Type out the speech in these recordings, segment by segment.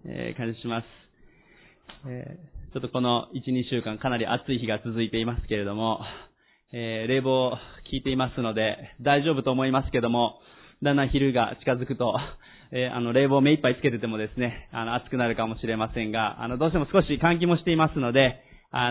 感謝します。ちょっとこの1、2週間かなり暑い日が続いていますけれども、冷房効いていますので大丈夫と思いますけども、だんだん昼が近づくと、冷房目いっぱいつけててもですね、暑くなるかもしれませんが、どうしても少し換気もしていますので、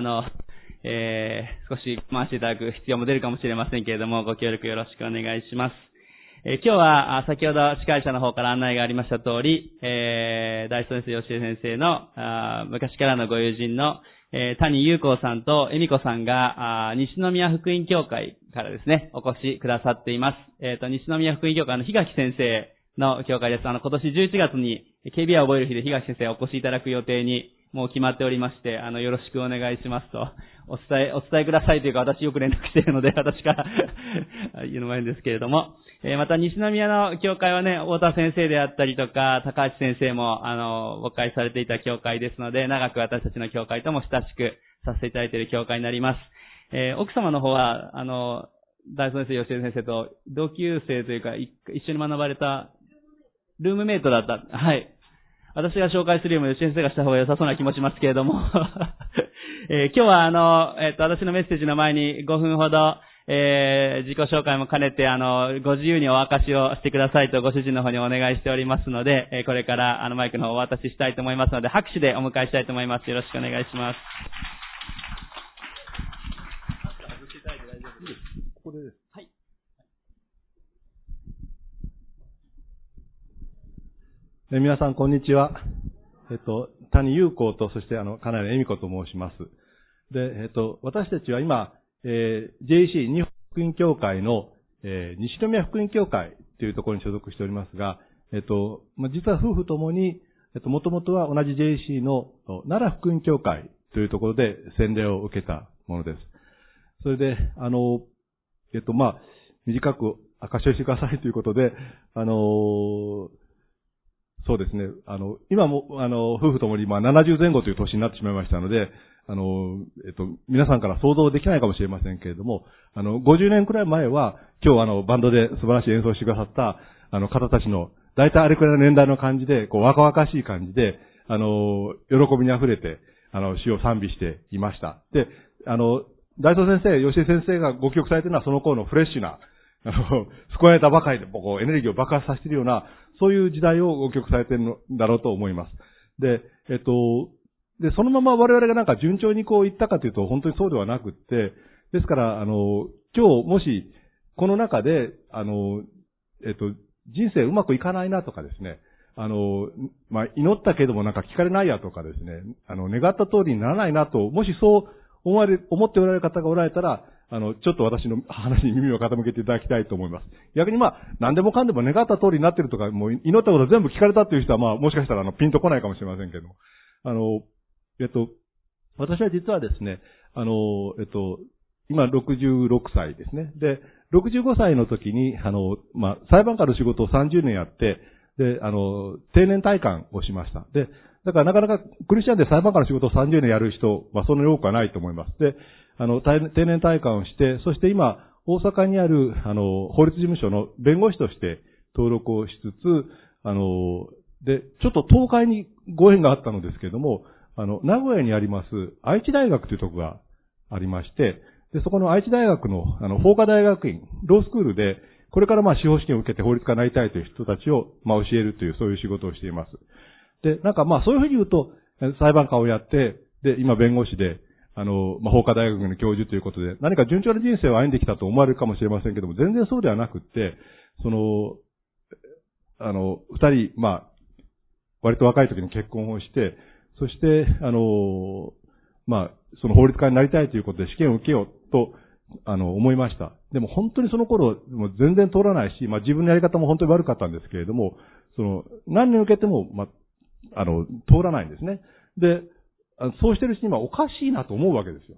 少し回していただく必要も出るかもしれませんけれども、ご協力よろしくお願いします。今日は先ほど司会者の方から案内がありました通り、大宗先生、吉江先生の昔からのご友人の谷優子さんと恵美子さんが西宮福音教会からですね、お越しくださっています。西宮福音教会の檜垣先生の教会です。今年11月に KBI を覚える日で檜垣先生お越しいただく予定にもう決まっておりまして、よろしくお願いしますとお伝えくださいというか、私よく連絡しているので、私から言うのも変ですけれども、また西宮の教会はね、太田先生であったりとか、高橋先生も、ご会されていた教会ですので、長く私たちの教会とも親しくさせていただいている教会になります。奥様の方は、大宗先生、吉江先生と同級生というか、一緒に学ばれた、ルームメイトだった。はい。私が紹介するよりも吉江先生がした方が良さそうな気もしますけれども、今日は私のメッセージの前に5分ほど、自己紹介も兼ねて、ご自由にお明かしをしてくださいとご主人の方にお願いしておりますので、これからマイクの方をお渡ししたいと思いますので、拍手でお迎えしたいと思います。よろしくお願いします。 ここでです。 はい。 皆さん、こんにちは。谷優子と、そして、金谷恵美子と申します。で、私たちは今、JEC 日本福音教会の、西宮福音教会というところに所属しておりますが、実は夫婦ともに、もともとは同じ JEC の奈良福音教会というところで洗礼を受けたものです。それで、短く証しをしてくださいということで、そうですね。今も、夫婦ともに、70前後という年になってしまいましたので、皆さんから想像できないかもしれませんけれども、50年くらい前は、今日バンドで素晴らしい演奏してくださった、方たちの、大体あれくらいの年代の感じで、若々しい感じで、喜びに溢れて、主を賛美していました。で、大宗先生、吉井先生がご記憶されているのは、その頃のフレッシュな、救われたばかりで、エネルギーを爆発させているような、そういう時代をご記憶されているのだろうと思います。で、そのまま我々が順調に行ったかというと、本当にそうではなくって、ですから、今日もし、この中で、人生うまくいかないなとかですね、祈ったけども聞かれないやとかですね、願った通りにならないなと、もしそう思っておられる方がおられたら、ちょっと私の話に耳を傾けていただきたいと思います。逆に何でもかんでも願った通りになっているとか、もう祈ったこと全部聞かれたという人は、もしかしたらピンとこないかもしれませんけども。私は実はですね、今66歳ですね。で、65歳の時に、裁判官の仕事を30年やって、で、定年退官をしました。で、だからなかなかクリスチャンで裁判官の仕事を30年やる人はそんなに多くはないと思います。で、定年退官をして、そして今、大阪にある、法律事務所の弁護士として登録をしつつ、で、ちょっと東海にご縁があったのですけれども、名古屋にあります愛知大学というところがありまして、で、そこの愛知大学の、法科大学院、ロースクールで、これから司法試験を受けて法律家になりたいという人たちを、教えるという、そういう仕事をしています。で、そういうふうに言うと、裁判官をやって、で、今弁護士で、法科大学の教授ということで、何か順調な人生を歩んできたと思われるかもしれませんけども、全然そうではなくって、二人、割と若い時に結婚をして、そして、その法律家になりたいということで試験を受けようと、思いました。でも本当にその頃、もう全然通らないし、自分のやり方も本当に悪かったんですけれども、何年受けても、通らないんですね。で、そうしてるうちにおかしいなと思うわけですよ。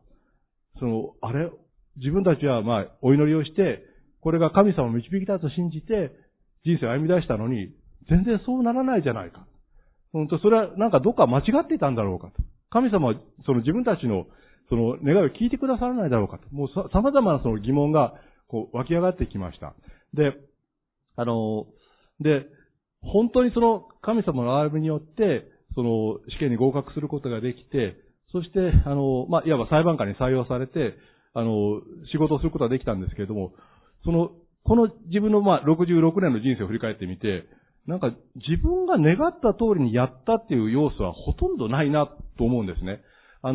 自分たちはお祈りをして、これが神様を導きだと信じて、人生を歩み出したのに、全然そうならないじゃないか。それはどっか間違っていたんだろうかと。神様は自分たちの願いを聞いてくださらないだろうかと。もう様々な疑問が湧き上がってきました。で、本当に神様の憐れみによって、 その試験に合格することができて、そして、いわば裁判官に採用されて、仕事をすることができたんですけれども、この自分の66年の人生を振り返ってみて、なんか自分が願った通りにやったっていう要素はほとんどないなと思うんですね。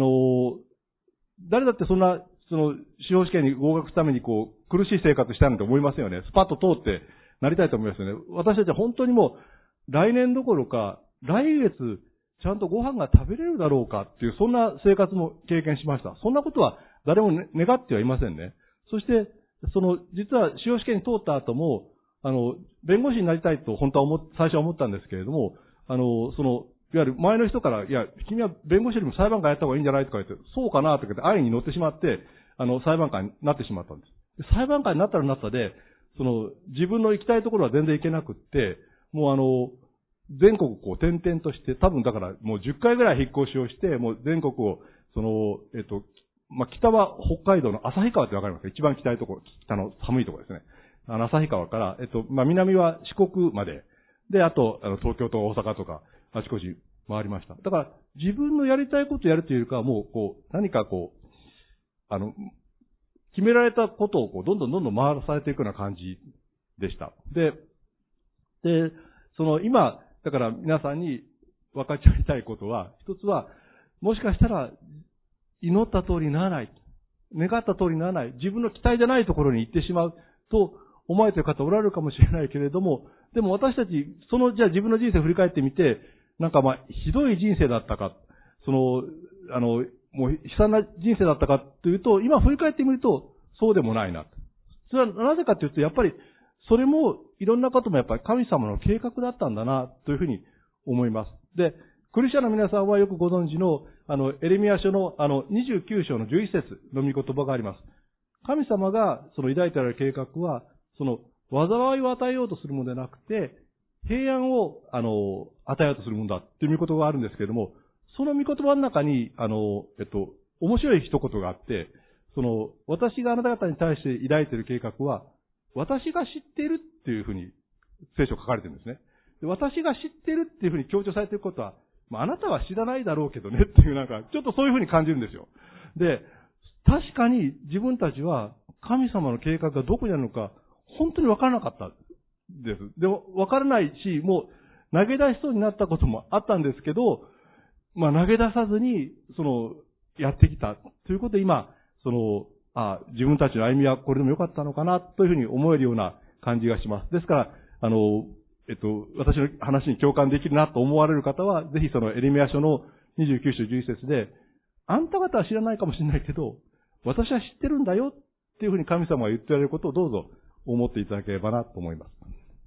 誰だってそんな、司法試験に合格するために苦しい生活したいなんて思いませんよね。スパッと通ってなりたいと思いますよね。私たちは本当にもう、来年どころか、来月、ちゃんとご飯が食べれるだろうかっていう、そんな生活も経験しました。そんなことは誰も願ってはいませんね。そして、実は司法試験に通った後も、弁護士になりたいと本当は最初は思ったんですけれども、いわゆる前の人から、いや、君は弁護士よりも裁判官やった方がいいんじゃないとか言って、そうかなとか言って安易に乗ってしまって、裁判官になってしまったんです。裁判官になったらなったで、自分の行きたいところは全然行けなくって、もう全国を転々として、多分だからもう10回ぐらい引っ越しをして、もう全国を、北は北海道の旭川ってわかりますか？一番北いところ、北の寒いところですね。旭川から、南は四国まで、で、あと、東京と大阪とか、あちこち回りました。だから、自分のやりたいことをやるというよりかは、もう、何か決められたことをどんどん回されていくような感じでした。で、今、だから皆さんに分かち合いたいことは、一つは、もしかしたら、祈った通りにならない。願った通りにならない。自分の期待じゃないところに行ってしまうと思われている方おられるかもしれないけれども、でも私たち、じゃあ自分の人生を振り返ってみて、なんかひどい人生だったか、もう悲惨な人生だったかというと、今振り返ってみると、そうでもないな。それはなぜかというと、やっぱり、それも、いろんなこともやっぱり神様の計画だったんだな、というふうに思います。で、クリスチャンの皆さんはよくご存知の、エレミヤ書の29章の11節の御言葉があります。神様が抱いておられる計画は、災いを与えようとするものではなくて、平安を、与えようとするものだっていう御言葉があるんですけれども、その御言葉の中に、面白い一言があって、私があなた方に対して抱いている計画は、私が知っているっていうふうに聖書書かれてるんですね。で、私が知っているっていうふうに強調されていることは、あなたは知らないだろうけどねっていうなんか、ちょっとそういうふうに感じるんですよ。で、確かに自分たちは神様の計画がどこにあるのか、本当にわからなかったです。でも、わからないし、もう投げ出しそうになったこともあったんですけど、投げ出さずに、やってきた。ということで今、自分たちの歩みはこれでもよかったのかな、というふうに思えるような感じがします。ですから、私の話に共感できるなと思われる方は、ぜひエレミヤ書の29章11節で、あんた方は知らないかもしれないけど、私は知ってるんだよっていうふうに神様が言っておられることをどうぞ思っていただければなと思います。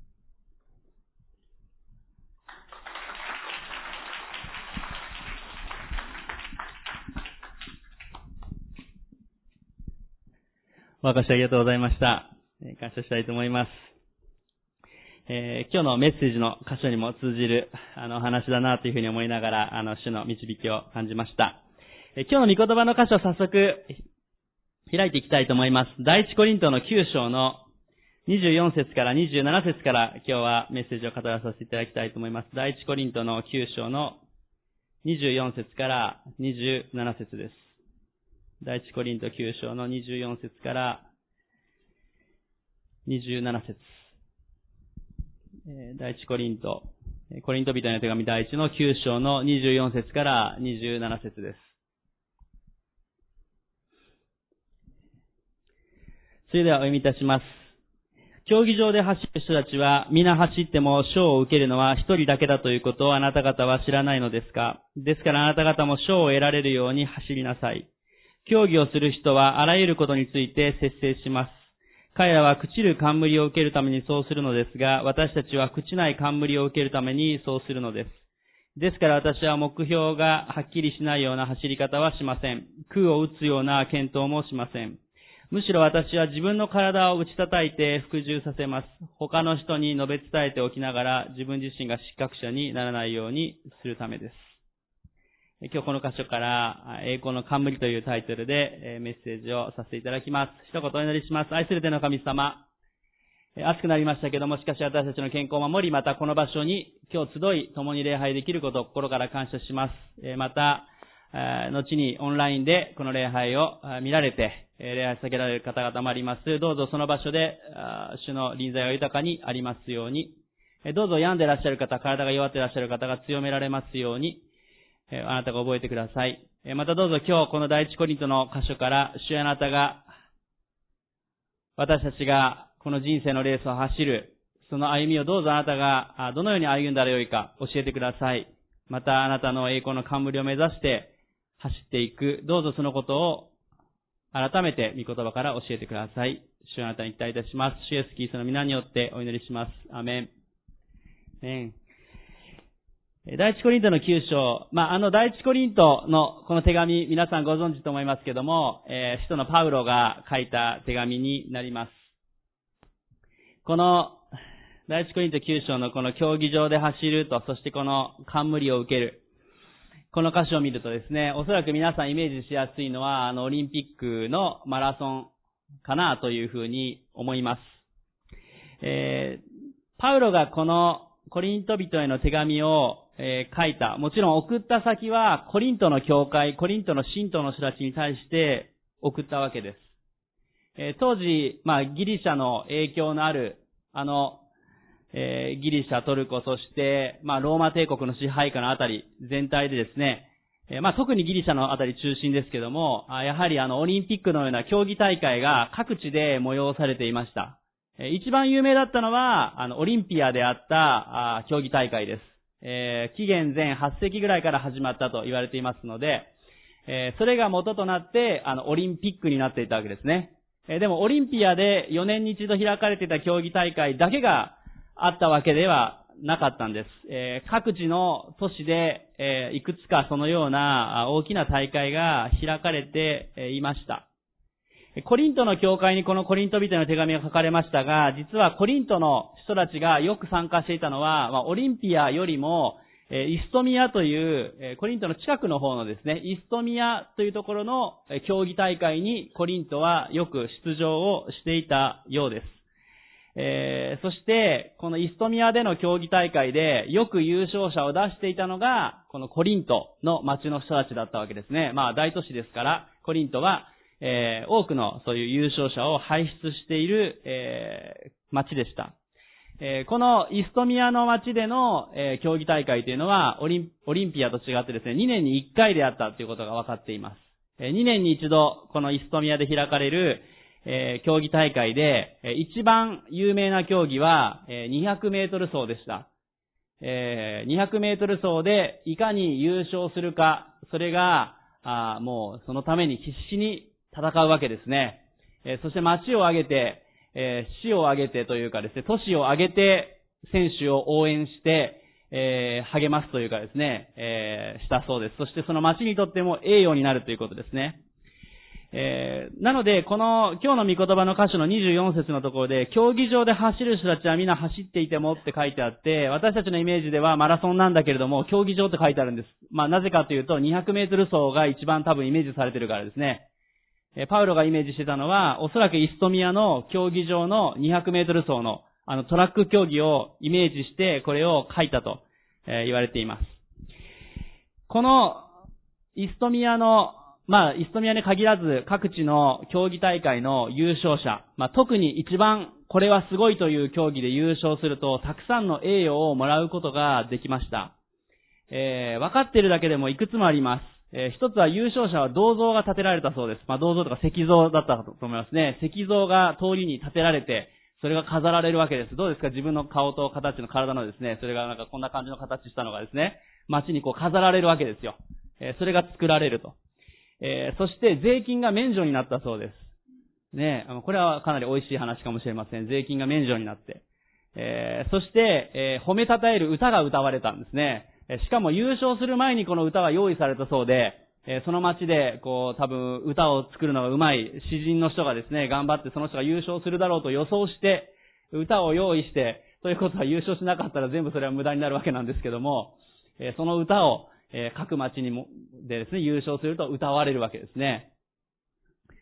お明かしありがとうございました。感謝したいと思います。今日のメッセージの箇所にも通じる話だなというふうに思いながら主の導きを感じました。今日の御言葉の箇所を早速開いていきたいと思います。第一コリントの9章の24節から27節から今日はメッセージを語らさせていただきたいと思います。第一コリントの9章の24節から27節です。第一コリント9章の24節から27節。第一コリント人への手紙第一の9章の24節から27節です。それではお読みいたします。競技場で走る人たちは皆走っても賞を受けるのは一人だけだということをあなた方は知らないのですか？ですからあなた方も賞を得られるように走りなさい。競技をする人はあらゆることについて節制します。彼らは朽ちる冠を受けるためにそうするのですが、私たちは朽ちない冠を受けるためにそうするのです。ですから私は目標がはっきりしないような走り方はしません。空を打つような検討もしません。むしろ私は自分の体を打ち叩いて服従させます。他の人に述べ伝えておきながら自分自身が失格者にならないようにするためです。今日この箇所から栄光の冠というタイトルでメッセージをさせていただきます。一言お祈りします。愛する天の神様、 暑くなりましたけども、しかし私たちの健康を守り、またこの場所に今日集い、共に礼拝できることを心から感謝します。また、後にオンラインでこの礼拝を見られて、礼拝さげられる方々もあります。どうぞその場所で、主の臨在が豊かにありますように、どうぞ病んでいらっしゃる方、体が弱っていらっしゃる方が強められますように、あなたが覚えてください。またどうぞ今日この第一コリントの箇所から、主あなたが、私たちがこの人生のレースを走る、その歩みをどうぞあなたがどのように歩んだらよいか教えてください。またあなたの栄光の冠を目指して走っていく、どうぞそのことを改めて御言葉から教えてください。主あなたに期待いたします。主イエスキリストの皆によってお祈りします。アメン。第一コリントの9章、第一コリントのこの手紙、皆さんご存知と思いますけども、使徒のパウロが書いた手紙になります。この第一コリント9章のこの競技場で走ると、そしてこの冠を受ける。この箇所を見るとですね、おそらく皆さんイメージしやすいのは、オリンピックのマラソンかなというふうに思います。パウロがこのコリント人への手紙を書いた。もちろん送った先はコリントの教会、コリントの信徒の人たちに対して送ったわけです。当時、ギリシャの影響のある、ギリシャ、トルコ、そして、ローマ帝国の支配下のあたり全体でですね、特にギリシャのあたり中心ですけども、やはりオリンピックのような競技大会が各地で催されていました。一番有名だったのは、オリンピアであった競技大会です。紀元前8世紀ぐらいから始まったと言われていますので、それが元となって、オリンピックになっていたわけですね。でも、オリンピアで4年に一度開かれていた競技大会だけがあったわけではなかったんです。各地の都市で、いくつかそのような大きな大会が開かれていました。コリントの教会にこのコリント人への手紙が書かれましたが、実はコリントの人たちがよく参加していたのは、オリンピアよりも、イストミアという、コリントの近くの方のですね、イストミアというところの競技大会にコリントはよく出場をしていたようです。そして、このイストミアでの競技大会でよく優勝者を出していたのが、このコリントの町の人たちだったわけですね。大都市ですから、コリントは、多くのそういう優勝者を輩出している、町でした。このイストミアの町での、競技大会というのはオリンピアと違ってですね、2年に1回であったということが分かっています。2年に一度このイストミアで開かれる、競技大会で、一番有名な競技は、200メートル走でした。200メートル走でいかに優勝するか、それが、もうそのために必死に戦うわけですね。そして町を挙げて、市を挙げてというかですね、都市を挙げて選手を応援して、励ますというかですね、したそうです。そしてその町にとっても栄誉になるということですね。なので、この今日の御言葉の箇所の24節のところで、競技場で走る人たちは皆走っていてもって書いてあって、私たちのイメージではマラソンなんだけれども、競技場って書いてあるんです。なぜかというと、200メートル走が一番多分イメージされているからですね。パウロがイメージしてたのは、おそらくイストミアの競技場の200メートル走のトラック競技をイメージして、これを書いたと言われています。このイストミアのイストミアに限らず各地の競技大会の優勝者、特に一番これはすごいという競技で優勝すると、たくさんの栄誉をもらうことができました。分かっているだけでもいくつもあります。一つは優勝者は銅像が建てられたそうです。銅像とか石像だったと思いますね。石像が通りに建てられて、それが飾られるわけです。どうですか？自分の顔と形の体のですね、それがこんな感じの形したのがですね、街に飾られるわけですよ。それが作られると。そして税金が免除になったそうです。ね、これはかなり美味しい話かもしれません。税金が免除になって。そして、褒めたたえる歌が歌われたんですね。しかも優勝する前にこの歌は用意されたそうで、その町で多分歌を作るのが上手い詩人の人がですね、頑張ってその人が優勝するだろうと予想して、歌を用意して、ということは優勝しなかったら全部それは無駄になるわけなんですけども、その歌を、各町にもでですね、優勝すると歌われるわけですね。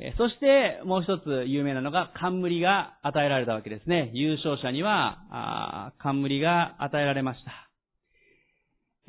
そしてもう一つ有名なのが冠が与えられたわけですね。優勝者には冠が与えられました。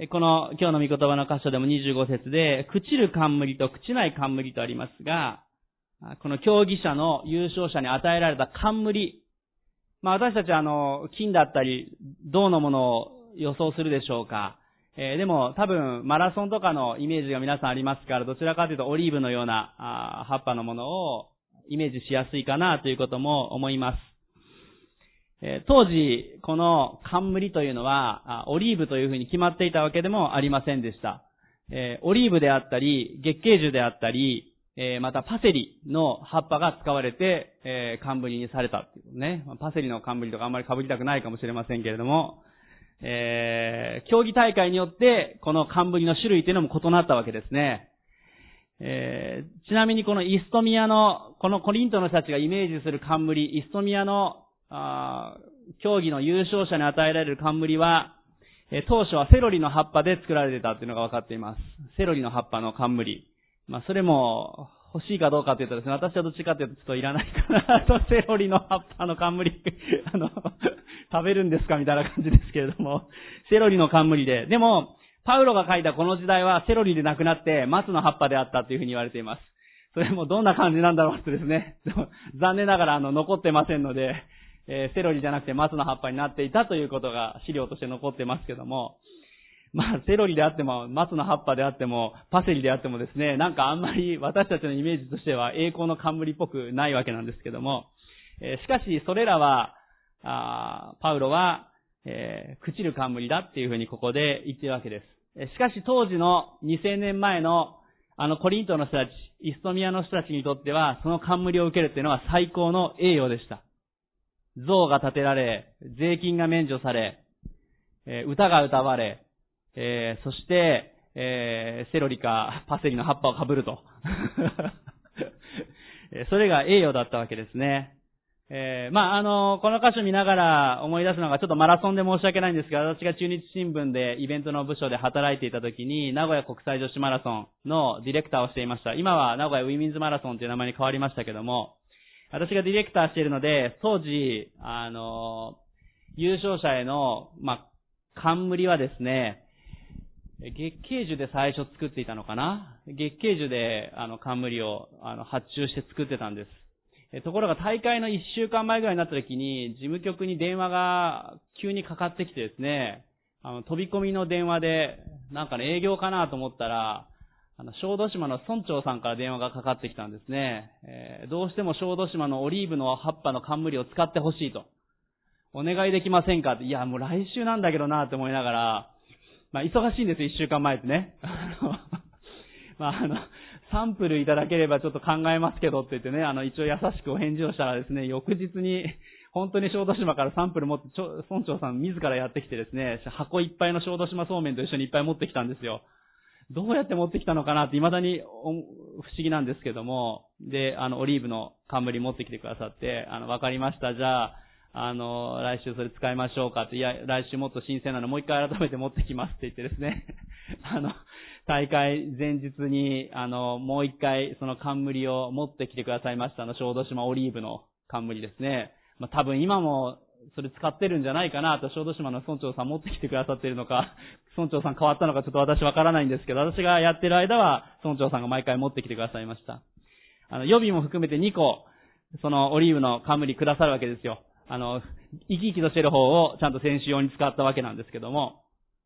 この今日の御言葉の箇所でも25節で、朽ちる冠と朽ちない冠とありますが、この競技者の優勝者に与えられた冠、私たちは金だったり銅のものを予想するでしょうか。でも多分マラソンとかのイメージが皆さんありますから、どちらかというとオリーブのような葉っぱのものをイメージしやすいかなということも思います。当時この冠というのはオリーブというふうに決まっていたわけでもありませんでした。オリーブであったり月桂樹であったり、またパセリの葉っぱが使われて冠にされたっていうね。パセリの冠とかあんまり被りたくないかもしれませんけれども、競技大会によってこの冠の種類というのも異なったわけですね。ちなみにこのイストミアのこのコリントの人たちがイメージする冠、イストミアの競技の優勝者に与えられる冠は、当初はセロリの葉っぱで作られていたっていうのが分かっています。セロリの葉っぱの冠。それも欲しいかどうかというとですね、私はどっちかというとちょっといらないかなと、セロリの葉っぱの冠、食べるんですかみたいな感じですけれども、セロリの冠で。でも、パウロが書いたこの時代はセロリでなくなって松の葉っぱであったというふうに言われています。それもどんな感じなんだろうってですね、残念ながら残ってませんので、セロリじゃなくて松の葉っぱになっていたということが資料として残ってますけども、セロリであっても、松の葉っぱであっても、パセリであってもですね、なんかあんまり私たちのイメージとしては栄光の冠っぽくないわけなんですけども、しかしそれらは、パウロは、朽ちる冠だっていうふうにここで言っているわけです。しかし当時の2000年前のコリントの人たち、イストミアの人たちにとっては、その冠を受けるっていうのは最高の栄誉でした。像が建てられ、税金が免除され、歌が歌われ、そして、セロリかパセリの葉っぱを被ると。それが栄誉だったわけですね。この箇所見ながら思い出すのがちょっとマラソンで申し訳ないんですが、私が中日新聞でイベントの部署で働いていた時に、名古屋国際女子マラソンのディレクターをしていました。今は名古屋ウィミンズマラソンという名前に変わりましたけども、私がディレクターしているので、当時、優勝者への、冠はですね、月桂樹で最初作っていたのかな。月桂樹で冠を発注して作ってたんです。ところが大会の1週間前ぐらいになった時に事務局に電話が急にかかってきてですね、飛び込みの電話で営業かなと思ったら、小豆島の村長さんから電話がかかってきたんですね。どうしても小豆島のオリーブの葉っぱの冠を使ってほしいと。お願いできませんかって。いや、もう来週なんだけどなって思いながら、忙しいんですよ、1週間前ってね。サンプルいただければちょっと考えますけどって言ってね、一応優しくお返事をしたらですね、翌日に、本当に小豆島からサンプル持って、村長さん自らやってきてですね、箱いっぱいの小豆島そうめんと一緒にいっぱい持ってきたんですよ。どうやって持ってきたのかなって未だに不思議なんですけども、で、オリーブの冠持ってきてくださって、わかりました、じゃあ、来週それ使いましょうかって、いや、来週もっと新鮮なのもう一回改めて持ってきますって言ってですね、大会前日に、もう一回その冠を持ってきてくださいました小豆島オリーブの冠ですね。多分今もそれ使ってるんじゃないかなと、小豆島の村長さん持ってきてくださっているのか、村長さん変わったのかちょっと私わからないんですけど、私がやってる間は村長さんが毎回持ってきてくださいました。予備も含めて2個、そのオリーブの冠くださるわけですよ。生き生きとしてる方をちゃんと選手用に使ったわけなんですけども、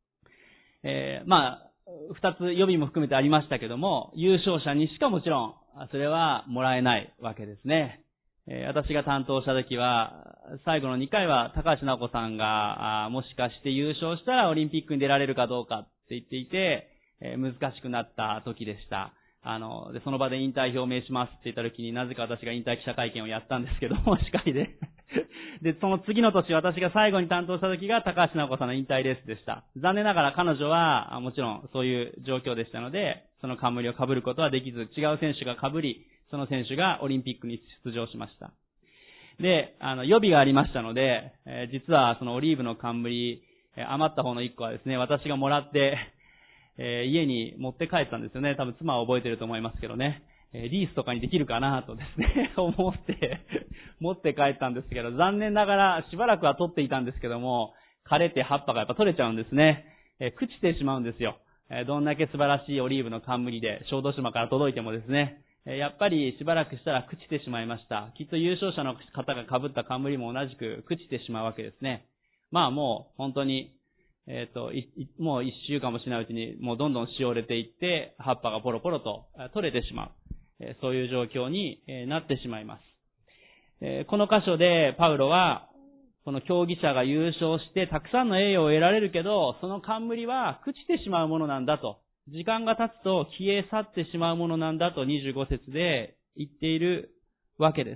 二つ予備も含めてありましたけども、優勝者にしかもちろん、それはもらえないわけですね。私が担当した時は、最後の2回は高橋直子さんが、もしかして優勝したらオリンピックに出られるかどうかって言っていて、難しくなった時でした。で、その場で引退表明しますって言った時になぜか私が引退記者会見をやったんですけども、司会で。で、その次の年私が最後に担当した時が高橋直子さんの引退レースでした。残念ながら彼女はもちろんそういう状況でしたので、その冠を被ることはできず、違う選手が被り、その選手がオリンピックに出場しました。で、予備がありましたので、実はそのオリーブの冠、余った方の1個はですね、私がもらって、家に持って帰ったんですよね。多分妻は覚えてると思いますけどね。 リースとかにできるかなとですね、思って、持って帰ったんですけど、残念ながらしばらくは取っていたんですけども、枯れて葉っぱがやっぱ取れちゃうんですね。朽ちてしまうんですよ。どんだけ素晴らしいオリーブの冠で小豆島から届いてもですね、やっぱりしばらくしたら朽ちてしまいました。きっと優勝者の方が被った冠も同じく朽ちてしまうわけですね。まあもう本当に、もう一週間もしないうちにもうどんどんしおれていって、葉っぱがポロポロと取れてしまう。そういう状況になってしまいます。この箇所でパウロは、この競技者が優勝してたくさんの栄誉を得られるけど、その冠は朽ちてしまうものなんだと。時間が経つと消え去ってしまうものなんだと25節で言っているわけです。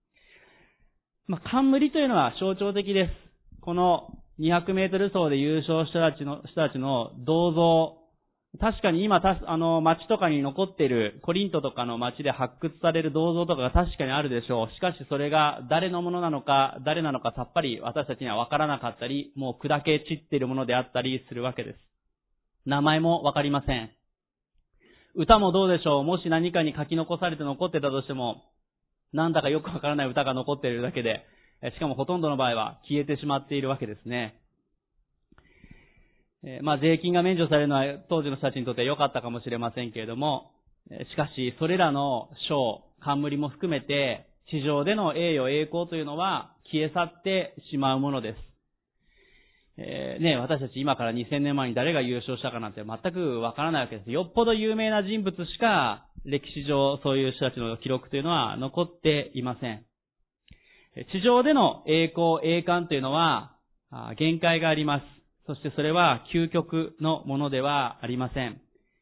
冠というのは象徴的です。この200メートル走で優勝した人たちの銅像、確かに今、町とかに残っている、コリントとかの町で発掘される銅像とかが確かにあるでしょう。しかしそれが誰のものなのか、誰なのかさっぱり私たちには分からなかったり、もう砕け散っているものであったりするわけです。名前も分かりません。歌もどうでしょう。もし何かに書き残されて残ってたとしても、なんだかよくわからない歌が残っているだけで、しかもほとんどの場合は消えてしまっているわけですね。税金が免除されるのは当時の人たちにとっては良かったかもしれませんけれども、しかしそれらの賞、冠も含めて地上での栄誉栄光というのは消え去ってしまうものです。私たち今から2000年前に誰が優勝したかなんて全くわからないわけです。よっぽど有名な人物しか歴史上そういう人たちの記録というのは残っていません。地上での栄光、栄冠というのは限界があります。そしてそれは究極のものではありません。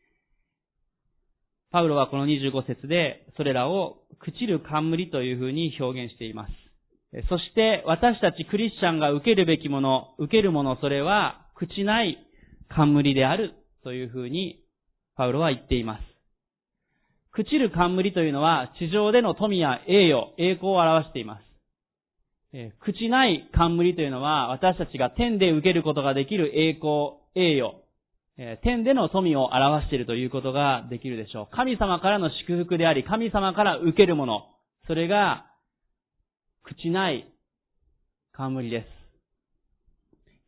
パウロはこの25節でそれらを朽ちる冠というふうに表現しています。そして私たちクリスチャンが受けるべきもの、受けるもの、それは朽ちない冠であるというふうにパウロは言っています。朽ちる冠というのは地上での富や栄誉、栄光を表しています。朽ちない冠というのは私たちが天で受けることができる栄光、栄誉、天での富を表しているということができるでしょう。神様からの祝福であり、神様から受けるもの、それが朽ちない冠です。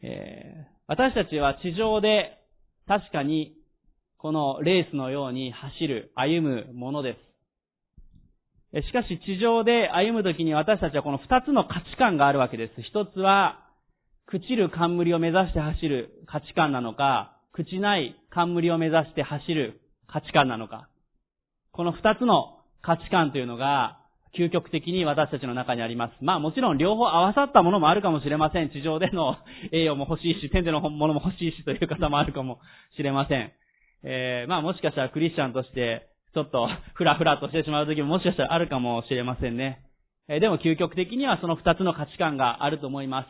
私たちは地上で確かにこのレースのように走る、歩むものです。しかし地上で歩むときに私たちはこの二つの価値観があるわけです。一つは朽ちる冠を目指して走る価値観なのか、朽ちない冠を目指して走る価値観なのか。この二つの価値観というのが究極的に私たちの中にあります。もちろん両方合わさったものもあるかもしれません。地上での栄誉も欲しいし、天でのものも欲しいしという方もあるかもしれません。もしかしたらクリスチャンとしてちょっとフラフラとしてしまう時ももしかしたらあるかもしれませんね。でも究極的にはその二つの価値観があると思います。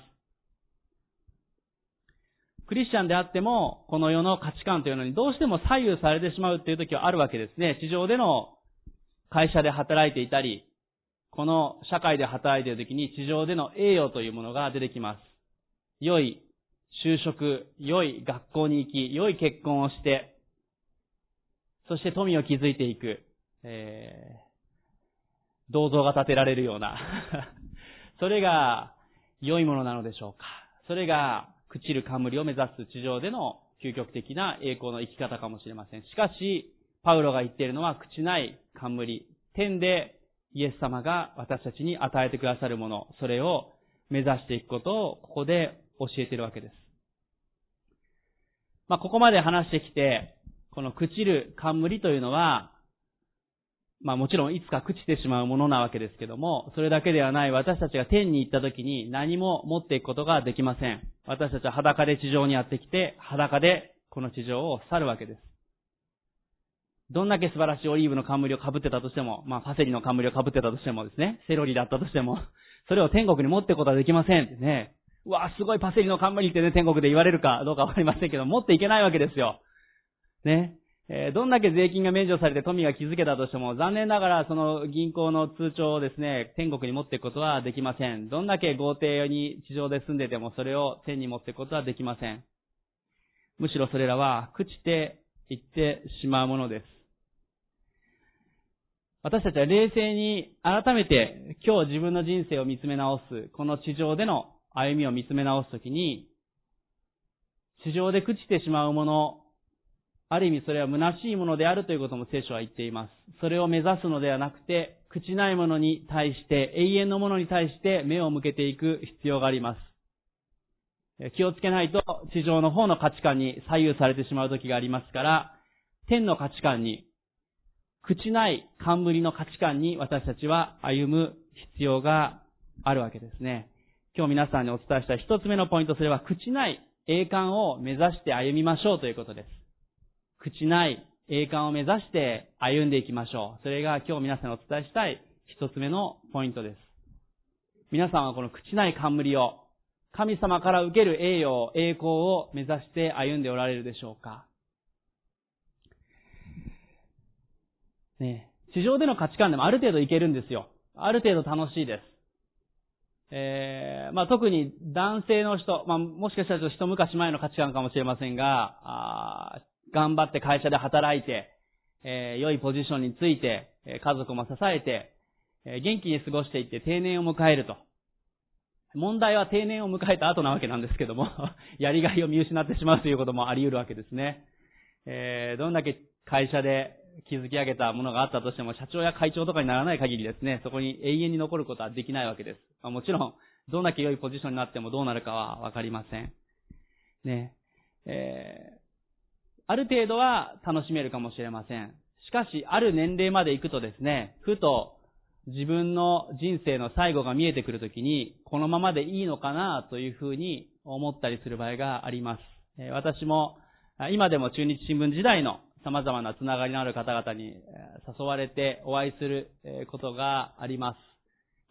クリスチャンであっても、この世の価値観というのにどうしても左右されてしまうという時はあるわけですね。地上での会社で働いていたり、この社会で働いている時に地上での栄誉というものが出てきます。良い就職、良い学校に行き、良い結婚をして、そして富を築いていく、銅像が建てられるような、それが良いものなのでしょうか。それが朽ちる冠を目指す地上での究極的な栄光の生き方かもしれません。しかし、パウロが言っているのは朽ちない冠、天でイエス様が私たちに与えてくださるもの、それを目指していくことをここで教えているわけです。ここまで話してきて、この朽ちる冠というのは、もちろんいつか朽ちてしまうものなわけですけども、それだけではない私たちが天に行った時に何も持っていくことができません。私たちは裸で地上にやってきて、裸でこの地上を去るわけです。どんだけ素晴らしいオリーブの冠を被ってたとしても、パセリの冠を被ってたとしてもですね、セロリだったとしても、それを天国に持っていくことはできませんってね。うわ、すごいパセリの冠ってね、天国で言われるかどうかわかりませんけど、持っていけないわけですよ。ね。どんだけ税金が免除されて富が築けたとしても、残念ながらその銀行の通帳をですね、天国に持っていくことはできません。どんだけ豪邸に地上で住んでても、それを天に持っていくことはできません。むしろそれらは朽ちていってしまうものです。 私たちは冷静に改めて今日自分の人生を見つめ直す、この地上での歩みを見つめ直すときに、地上で朽ちてしまうもの、ある意味それは虚しいものであるということも聖書は言っています。それを目指すのではなくて、朽ちないものに対して、永遠のものに対して目を向けていく必要があります。気をつけないと地上の方の価値観に左右されてしまう時がありますから、天の価値観に、朽ちない冠の価値観に私たちは歩む必要があるわけですね。今日皆さんにお伝えした一つ目のポイント、それは朽ちない栄冠を目指して歩みましょうということです。朽ちない栄冠を目指して歩んでいきましょう。それが今日皆さんにお伝えしたい一つ目のポイントです。皆さんはこの朽ちない冠を、神様から受ける栄誉、栄光を目指して歩んでおられるでしょうか。ね、地上での価値観でもある程度いけるんですよ。ある程度楽しいです。特に男性の人、もしかしたら一昔前の価値観かもしれませんが、頑張って会社で働いて、良いポジションについて、家族も支えて、元気に過ごしていって定年を迎えると。問題は定年を迎えた後なわけなんですけども、やりがいを見失ってしまうということもあり得るわけですね。どんだけ会社で築き上げたものがあったとしても、社長や会長とかにならない限りですね、そこに永遠に残ることはできないわけです。もちろん、どんだけ良いポジションになってもどうなるかはわかりません。ね。ある程度は楽しめるかもしれません。しかし、ある年齢まで行くとですね、ふと自分の人生の最後が見えてくるときに、このままでいいのかなというふうに思ったりする場合があります。私も、今でも中日新聞時代の様々なつながりのある方々に誘われてお会いすることがあります。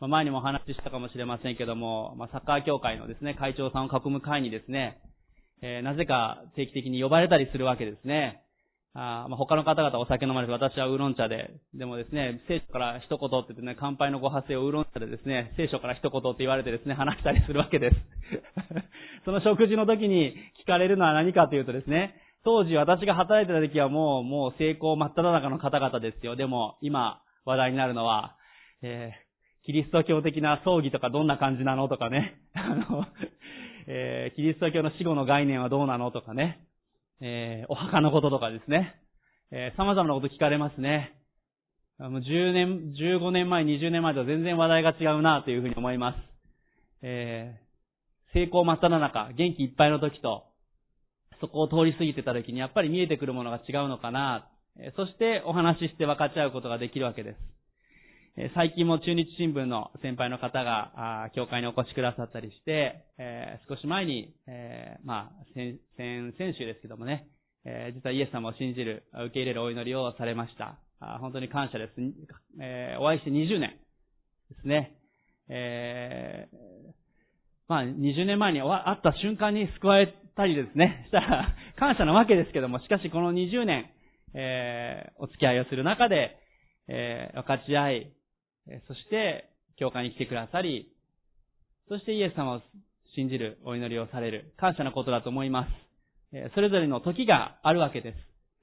前にもお話ししたかもしれませんけども、サッカー協会のですね、会長さんを囲む会にですね、なぜか定期的に呼ばれたりするわけですね。他の方々お酒飲まれて、私はウーロン茶で、でもですね、聖書から一言って言ってね、乾杯のご発声をウーロン茶でですね、聖書から一言って言われてですね、話したりするわけです。その食事の時に聞かれるのは何かというとですね、当時私が働いてた時はもう成功真っ只中の方々ですよ。でも今話題になるのは、キリスト教的な葬儀とかどんな感じなのとかね、キリスト教の死後の概念はどうなのとかね、お墓のこととかですね、様々なこと聞かれますね。もう10年、15年前、20年前と全然話題が違うなというふうに思います。成功真っ只中、元気いっぱいの時と、そこを通り過ぎてた時にやっぱり見えてくるものが違うのかな。そしてお話しして分かち合うことができるわけです。最近も中日新聞の先輩の方が教会にお越しくださったりして、少し前に、先週ですけどもね、実はイエス様を信じる、受け入れるお祈りをされました。本当に感謝です。お会いして20年ですね。20年前に会った瞬間に救われたりですね、したら感謝なわけですけども、しかしこの20年、お付き合いをする中で、分かち合い、そして教会に来てくださり、そしてイエス様を信じるお祈りをされる、感謝なことだと思います。それぞれの時があるわけです。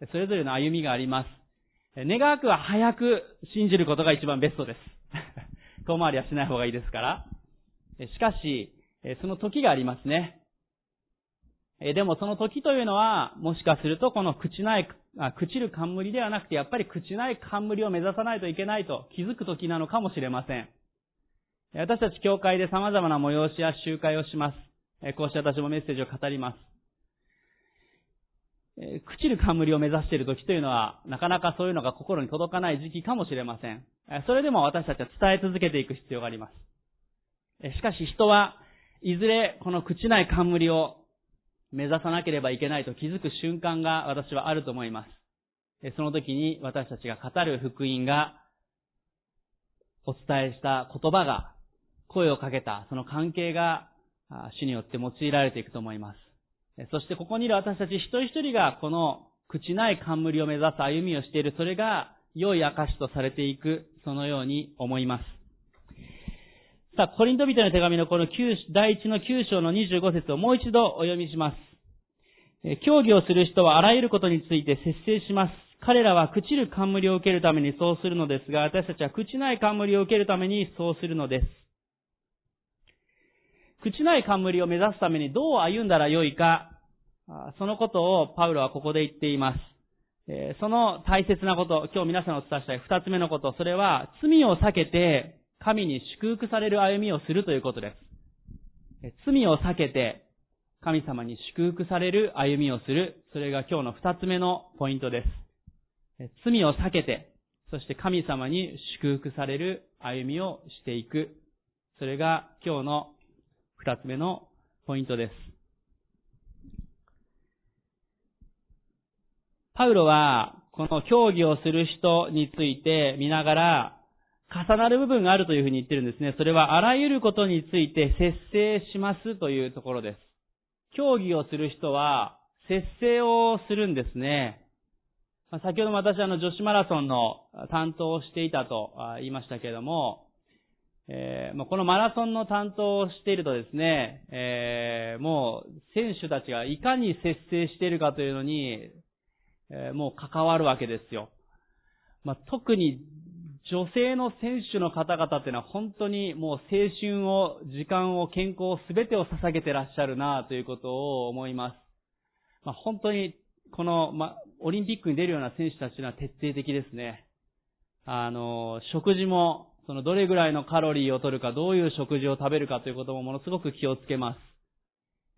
それぞれの歩みがあります。願わくは早く信じることが一番ベストです。遠回りはしない方がいいですから。しかし、その時がありますね。でもその時というのは、もしかするとこの朽ちる冠ではなくて、やっぱり朽ちない冠を目指さないといけないと気づく時なのかもしれません。私たち教会で様々な催しや集会をします。こうして私もメッセージを語ります。朽ちる冠を目指している時というのは、なかなかそういうのが心に届かない時期かもしれません。それでも私たちは伝え続けていく必要があります。しかし人はいずれこの朽ちない冠を目指さなければいけないと気づく瞬間が私はあると思います。その時に私たちが語る福音が、お伝えした言葉が、声をかけたその関係が主によって用いられていくと思います。そしてここにいる私たち一人一人がこの朽ちない冠を目指す歩みをしている、それが良い証とされていく、そのように思います。さあ、コリント人の手紙のこの第1の9章の25節をもう一度お読みします。教義をする人はあらゆることについて節制します。 彼らは朽ちる冠を受けるためにそうするのですが、私たちは朽ちない冠を受けるためにそうするのです。朽ちない冠を目指すためにどう歩んだらよいか、そのことをパウロはここで言っています。その大切なこと、今日皆さんにお伝えしたい二つ目のこと、それは罪を避けて神に祝福される歩みをするということです。罪を避けて神様に祝福される歩みをする。それが今日の二つ目のポイントです。罪を避けて、そして神様に祝福される歩みをしていく。それが今日の二つ目のポイントです。パウロはこの教義をする人について見ながら重なる部分があるというふうに言ってるんですね。それはあらゆることについて節制しますというところです。教義をする人は節制をするんですね。先ほども私は女子マラソンの担当をしていたと言いましたけれども、このマラソンの担当をしているとですね、もう選手たちがいかに節制しているかというのに、もう関わるわけですよ。特に女性の選手の方々っていうのは本当にもう青春を、時間を、健康を全てを捧げてらっしゃるなということを思います。本当にこの、オリンピックに出るような選手たちというのは徹底的ですね。食事も、どれぐらいのカロリーを取るか、どういう食事を食べるかということもものすごく気をつけます。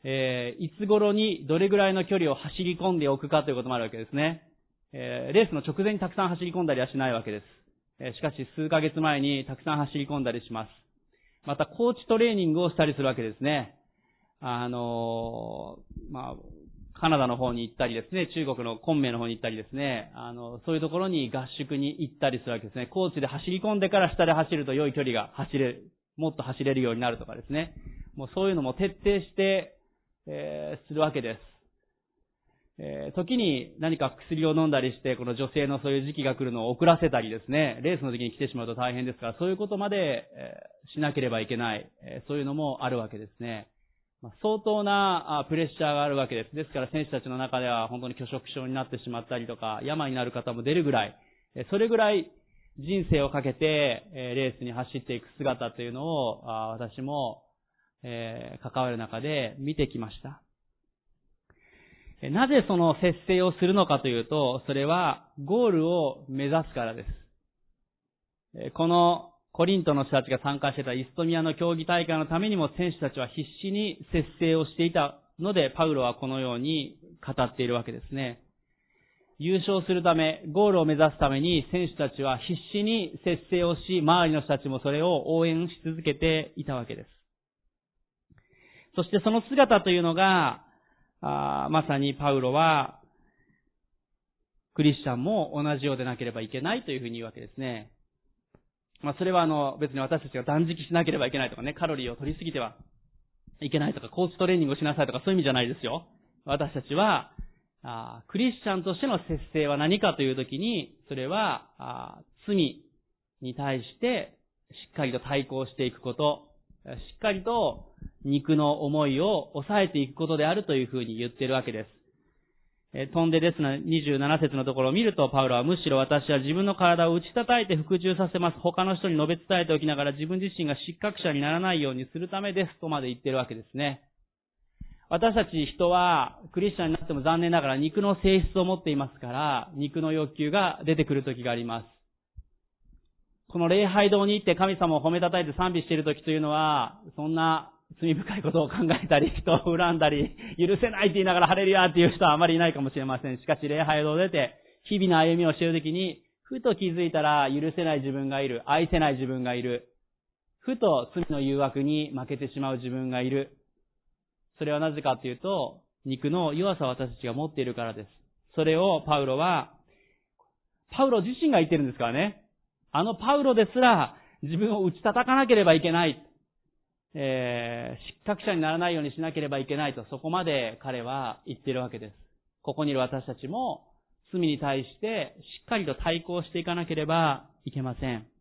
いつ頃にどれぐらいの距離を走り込んでおくかということもあるわけですね。レースの直前にたくさん走り込んだりはしないわけです。しかし数ヶ月前にたくさん走り込んだりします。またコーチトレーニングをしたりするわけですね。カナダの方に行ったりですね、中国の昆明の方に行ったりですね、そういうところに合宿に行ったりするわけですね。高地で走り込んでから下で走ると良い距離がもっと走れるようになるとかですね。もうそういうのも徹底して、するわけです。時に何か薬を飲んだりして、この女性のそういう時期が来るのを遅らせたりですね、レースの時に来てしまうと大変ですから、そういうことまで、しなければいけない、そういうのもあるわけですね。相当なプレッシャーがあるわけです。ですから選手たちの中では本当に拒食症になってしまったりとか、病になる方も出るぐらい、それぐらい人生をかけてレースに走っていく姿というのを私も関わる中で見てきました。なぜその節制をするのかというと、それはゴールを目指すからです。このコリントの人たちが参加していたイストミアの競技大会のためにも選手たちは必死に節制をしていたので、パウロはこのように語っているわけですね。優勝するため、ゴールを目指すために選手たちは必死に節制をし、周りの人たちもそれを応援し続けていたわけです。そしてその姿というのが、まさにパウロは、クリスチャンも同じようでなければいけないというふうに言うわけですね。それは別に私たちが断食しなければいけないとかね、カロリーを取りすぎてはいけないとか、コーチトレーニングをしなさいとか、そういう意味じゃないですよ。私たちは、クリスチャンとしての節制は何かというときに、それは、罪に対してしっかりと対抗していくこと、しっかりと肉の思いを抑えていくことであるというふうに言っているわけです。飛んでですね、27節のところを見ると、パウロはむしろ私は自分の体を打ち叩いて服従させます。他の人に述べ伝えておきながら自分自身が失格者にならないようにするためですとまで言っているわけですね。私たち人はクリスチャンになっても残念ながら肉の性質を持っていますから、肉の欲求が出てくる時があります。この礼拝堂に行って神様を褒めたたえて賛美している時というのは、そんな罪深いことを考えたり、人を恨んだり、許せないって言いながらハレルヤっていう人はあまりいないかもしれません。しかし礼拝堂を出て、日々の歩みをしているときに、ふと気づいたら許せない自分がいる、愛せない自分がいる、ふと罪の誘惑に負けてしまう自分がいる。それはなぜかというと、肉の弱さを私たちが持っているからです。それをパウロ自身が言ってるんですからね。パウロですら自分を打ち叩かなければいけない。失格者にならないようにしなければいけないと、そこまで彼は言っているわけです。ここにいる私たちも罪に対してしっかりと対抗していかなければいけません。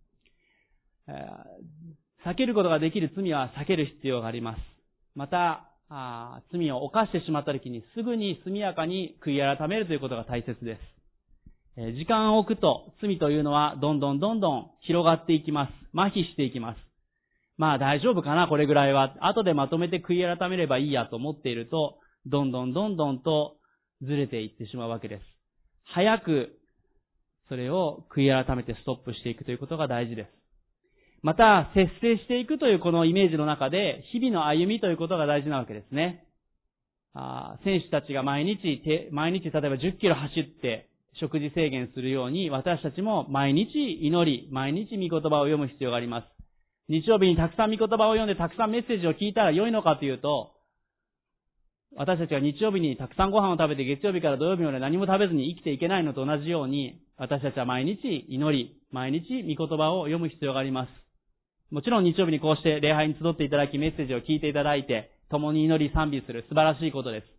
避けることができる罪は避ける必要があります。また、罪を犯してしまったときにすぐに速やかに悔い改めるということが大切です。 時間を置くと罪というのはどんどん広がっていきます。麻痺していきます。まあ大丈夫かな、これぐらいは。後でまとめて悔い改めればいいやと思っていると、どんどんとずれていってしまうわけです。早くそれを悔い改めてストップしていくということが大事です。また、節制していくというこのイメージの中で、日々の歩みということが大事なわけですね。選手たちが毎日例えば10キロ走って食事制限するように、私たちも毎日祈り、毎日御言葉を読む必要があります。日曜日にたくさん御言葉を読んでたくさんメッセージを聞いたら良いのかというと、私たちが日曜日にたくさんご飯を食べて月曜日から土曜日まで何も食べずに生きていけないのと同じように、私たちは毎日祈り、毎日御言葉を読む必要があります。もちろん日曜日にこうして礼拝に集っていただきメッセージを聞いていただいて、共に祈り賛美する素晴らしいことです。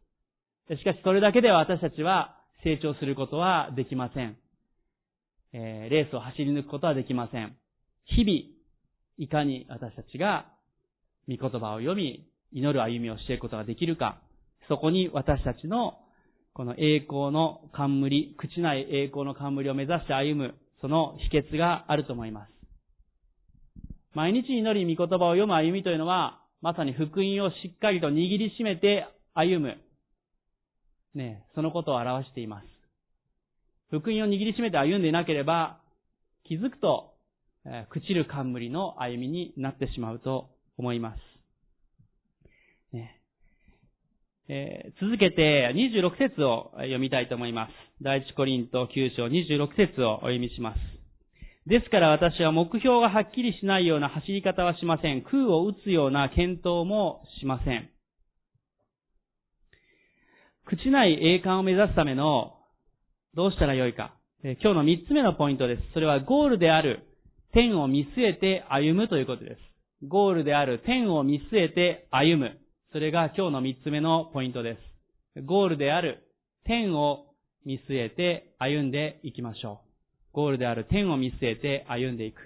しかしそれだけでは私たちは成長することはできません。レースを走り抜くことはできません。日々、いかに私たちが御言葉を読み、祈る歩みをしていくことができるか、そこに私たちのこの栄光の冠、朽ちない栄光の冠を目指して歩む、その秘訣があると思います。毎日祈り御言葉を読む歩みというのは、まさに福音をしっかりと握りしめて歩む。そのことを表しています。福音を握りしめて歩んでいなければ、気づくと、朽ちる冠の歩みになってしまうと思います。続けて26節を読みたいと思います。第一コリント9章26節をお読みします。ですから私は目標がはっきりしないような走り方はしません。空を打つような検討もしません。朽ちない栄冠を目指すためのどうしたらよいか。今日の3つ目のポイントです。それはゴールである天を見据えて歩むということです。ゴールである天を見据えて歩む。それが今日の3つ目のポイントです。ゴールである天を見据えて歩んでいきましょう。ゴールである天を見据えて歩んでいく。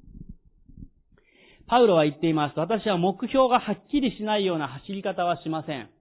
パウロは言っています。私は目標がはっきりしないような走り方はしません。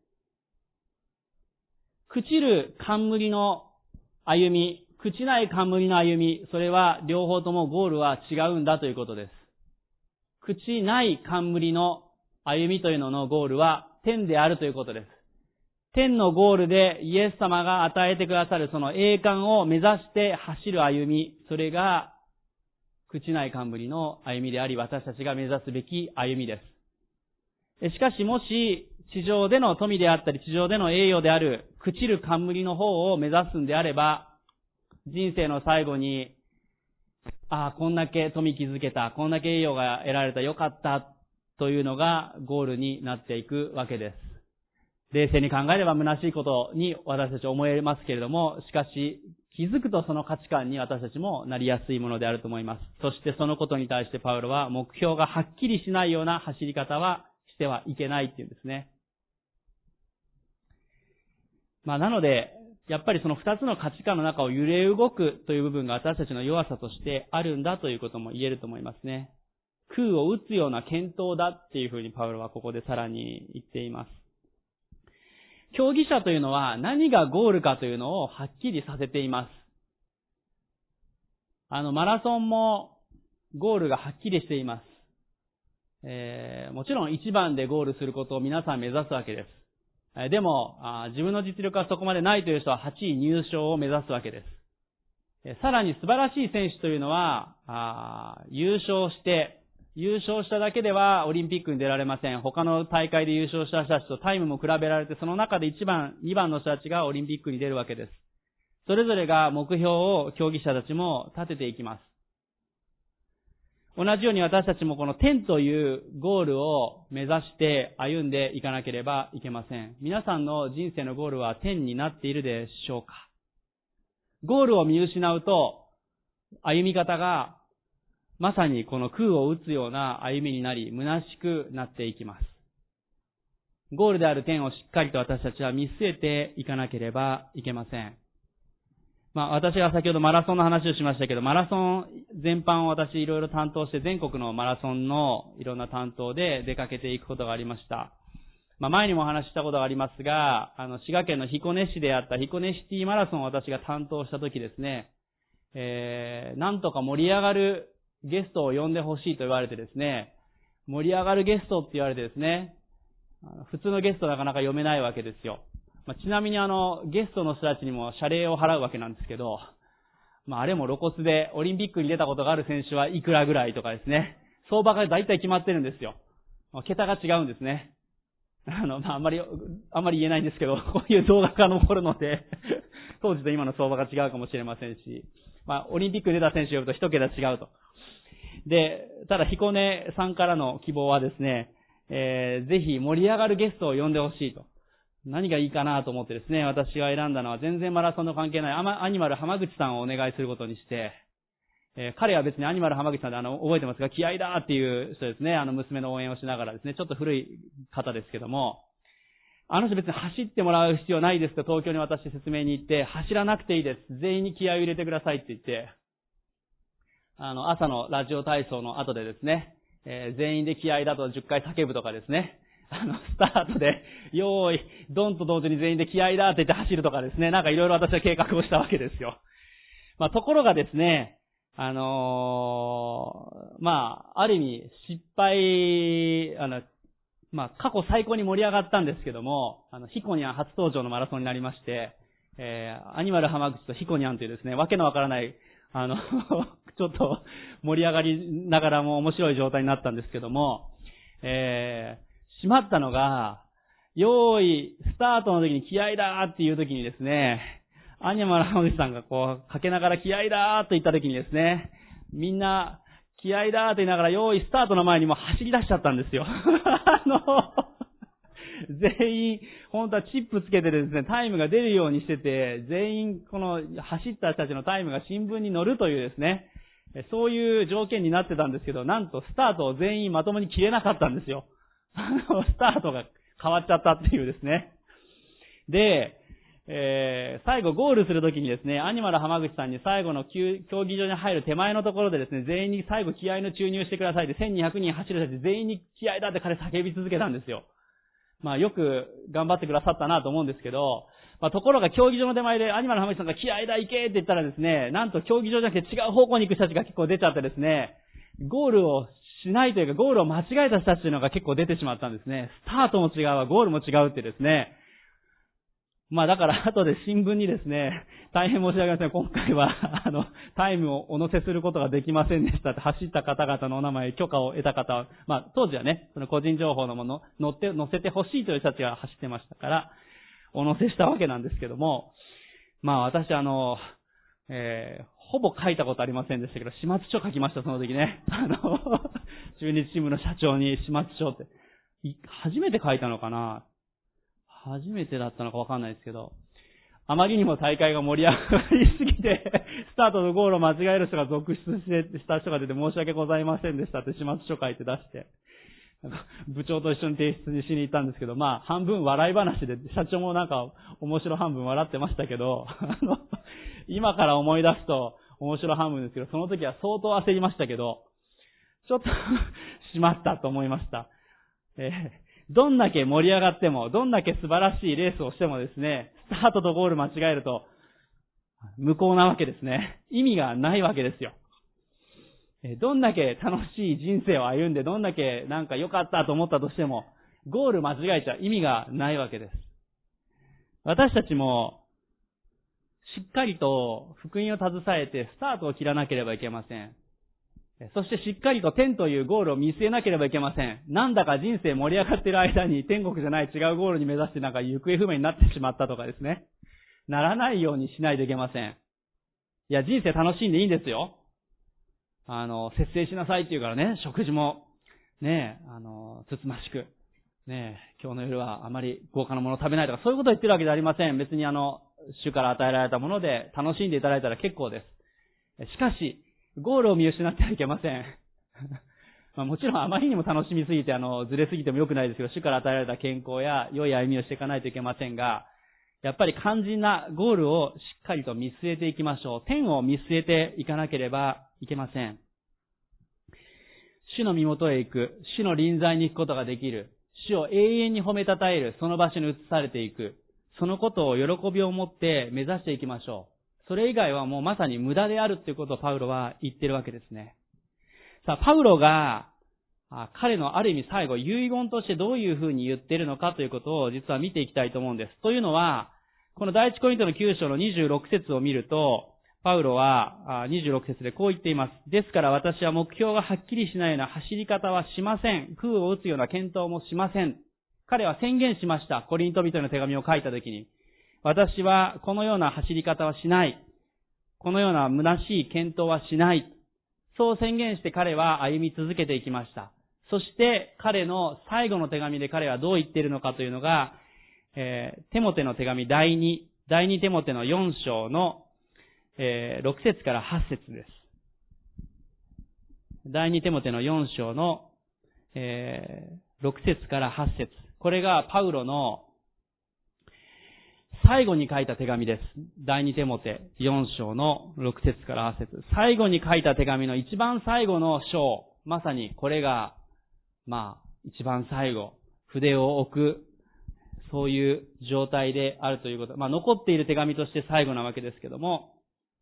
朽ちる冠の歩み、朽ちない冠の歩み、それは両方ともゴールは違うんだということです。朽ちない冠の歩みというののゴールは天であるということです。天のゴールでイエス様が与えてくださるその栄冠を目指して走る歩み、それが朽ちない冠の歩みであり、私たちが目指すべき歩みです。しかしもし地上での富であったり地上での栄誉である朽ちる冠の方を目指すんであれば、人生の最後に、こんだけ富築けた、こんだけ栄誉が得られた、よかったというのがゴールになっていくわけです。冷静に考えれば虚しいことに私たち思えますけれども、しかし気づくとその価値観に私たちもなりやすいものであると思います。そしてそのことに対してパウロは目標がはっきりしないような走り方はしてはいけないっていうんですね。なので、やっぱりその二つの価値観の中を揺れ動くという部分が私たちの弱さとしてあるんだということも言えると思いますね。空を打つような検討だっていうふうにパウロはここでさらに言っています。競技者というのは何がゴールかというのをはっきりさせています。マラソンもゴールがはっきりしています。もちろん1番でゴールすることを皆さん目指すわけです。でも、自分の実力はそこまでないという人は8位入賞を目指すわけです。さらに素晴らしい選手というのは、優勝しただけではオリンピックに出られません。他の大会で優勝した人たちとタイムも比べられて、その中で1番、2番の人たちがオリンピックに出るわけです。それぞれが目標を競技者たちも立てていきます。同じように私たちもこの天というゴールを目指して歩んでいかなければいけません。皆さんの人生のゴールは天になっているでしょうか？ゴールを見失うと、歩み方がまさにこの空を打つような歩みになり、虚しくなっていきます。ゴールである天をしっかりと私たちは見据えていかなければいけません。私が先ほどマラソンの話をしましたけど、マラソン全般を私いろいろ担当して全国のマラソンのいろんな担当で出かけていくことがありました。前にもお話ししたことがありますが、滋賀県の彦根市であった彦根シティマラソンを私が担当した時ですね、 なんとか盛り上がるゲストを呼んでほしいと言われてですね、盛り上がるゲストって言われてですね、普通のゲストなかなか読めないわけですよ。ちなみにゲストの人たちにも謝礼を払うわけなんですけど、あれも露骨でオリンピックに出たことがある選手はいくらぐらいとかですね、相場が大体決まってるんですよ。桁が違うんですね。あんまり言えないんですけど、こういう動画が残るので、当時と今の相場が違うかもしれませんし、オリンピックに出た選手を呼ぶと一桁違うと。で、ただ彦根さんからの希望はですね、ぜひ盛り上がるゲストを呼んでほしいと。何がいいかなと思ってですね、私が選んだのは全然マラソンの関係ないアニマル浜口さんをお願いすることにして、彼は別にアニマル浜口さんで覚えてますが、気合だっていう人ですね、娘の応援をしながらですね、ちょっと古い方ですけども、あの人別に走ってもらう必要ないですと東京に私説明に行って、走らなくていいです。全員に気合を入れてくださいって言って、朝のラジオ体操の後でですね、全員で気合だと10回叫ぶとかですね、スタートで、よーい、ドンと同時に全員で気合だって言って走るとかですね、なんかいろいろ私は計画をしたわけですよ。ところがですね、ある意味、失敗、過去最高に盛り上がったんですけども、ヒコニャン初登場のマラソンになりまして、アニマル浜口とヒコニャンというですね、わけのわからない、ちょっと盛り上がりながらも面白い状態になったんですけども、しまったのが、用意、スタートの時に気合だーっていう時にですね、アニマル浜口さんがかけながら気合だーと言った時にですね、みんな気合だーと言いながら用意スタートの前にもう走り出しちゃったんですよ。全員、本当はチップつけてですね、タイムが出るようにしてて、全員この走った人たちのタイムが新聞に載るというですね、そういう条件になってたんですけど、なんとスタートを全員まともに切れなかったんですよ。スタートが変わっちゃったっていうですね。で、最後ゴールするときにですね、アニマル浜口さんに最後の競技場に入る手前のところでですね、全員に最後気合の注入してくださいで、1200人走る人たち全員に気合だって彼叫び続けたんですよ。よく頑張ってくださったなと思うんですけど、ところが競技場の手前でアニマル浜口さんが気合だ行けって言ったらですね、なんと競技場じゃなくて違う方向に行く人たちが結構出ちゃってですね、ゴールをしないというかゴールを間違えた人たちというのが結構出てしまったんですね。スタートも違うわ、ゴールも違うってですね。だから後で新聞にですね、大変申し訳ありません。今回はタイムをお載せすることができませんでしたって走った方々のお名前、許可を得た方は、当時はね、その個人情報のもの載せてほしいという人たちが走ってましたから、お載せしたわけなんですけども、私ほぼ書いたことありませんでしたけど、始末書書きました、その時ね。中日新聞の社長に始末書って。初めて書いたのかな？初めてだったのかわかんないですけど、あまりにも大会が盛り上がりすぎて、スタートとゴールを間違える人が続出した人が出て申し訳ございませんでしたって始末書書いて出して、部長と一緒に提出にしに行ったんですけど、半分笑い話で、社長もなんか面白半分笑ってましたけど、今から思い出すと面白半分ですけど、その時は相当焦りましたけど、ちょっとしまったと思いました。どんだけ盛り上がっても、どんだけ素晴らしいレースをしてもですね、スタートとゴール間違えると、無効なわけですね。意味がないわけですよ。どんだけ楽しい人生を歩んで、どんだけなんか良かったと思ったとしても、ゴール間違えちゃ意味がないわけです。私たちも、しっかりと福音を携えてスタートを切らなければいけません。そしてしっかりと天というゴールを見据えなければいけません。なんだか人生盛り上がっている間に天国じゃない違うゴールに目指してなんか行方不明になってしまったとかですね。ならないようにしないといけません。いや、人生楽しんでいいんですよ。節制しなさいって言うからね、食事も、ね、つつましく、ね、今日の夜はあまり豪華なものを食べないとか、そういうことを言ってるわけではありません。別に主から与えられたもので楽しんでいただいたら結構です。しかし、ゴールを見失ってはいけません。もちろんあまりにも楽しみすぎてずれすぎても良くないですけど、主から与えられた健康や良い歩みをしていかないといけませんが、やっぱり肝心なゴールをしっかりと見据えていきましょう。天を見据えていかなければいけません。主の身元へ行く、主の臨在に行くことができる、主を永遠に褒めたたえる、その場所に移されていく、そのことを喜びを持って目指していきましょう。 それ以外はもうまさに無駄であるということをパウロは言ってるわけですね。さあ、パウロが、彼のある意味最後、遺言としてどういうふうに言っているのかということを実は見ていきたいと思うんです。というのは、この第一コリントの9章の26節を見ると、パウロは26節でこう言っています。ですから私は目標がはっきりしないような走り方はしません。空を打つような検討もしません。彼は宣言しました。コリント人への手紙を書いたときに。私はこのような走り方はしない。このような虚しい検討はしない。そう宣言して彼は歩み続けていきました。そして彼の最後の手紙で彼はどう言っているのかというのが、テモテの手紙第2テモテの4章の6節から8節です。第2テモテの4章の6節から8節。これがパウロの最後に書いた手紙です。第2テモテ4章の6節から8節。最後に書いた手紙の一番最後の章。まさにこれが、一番最後、筆を置く、そういう状態であるということ。残っている手紙として最後なわけですけども、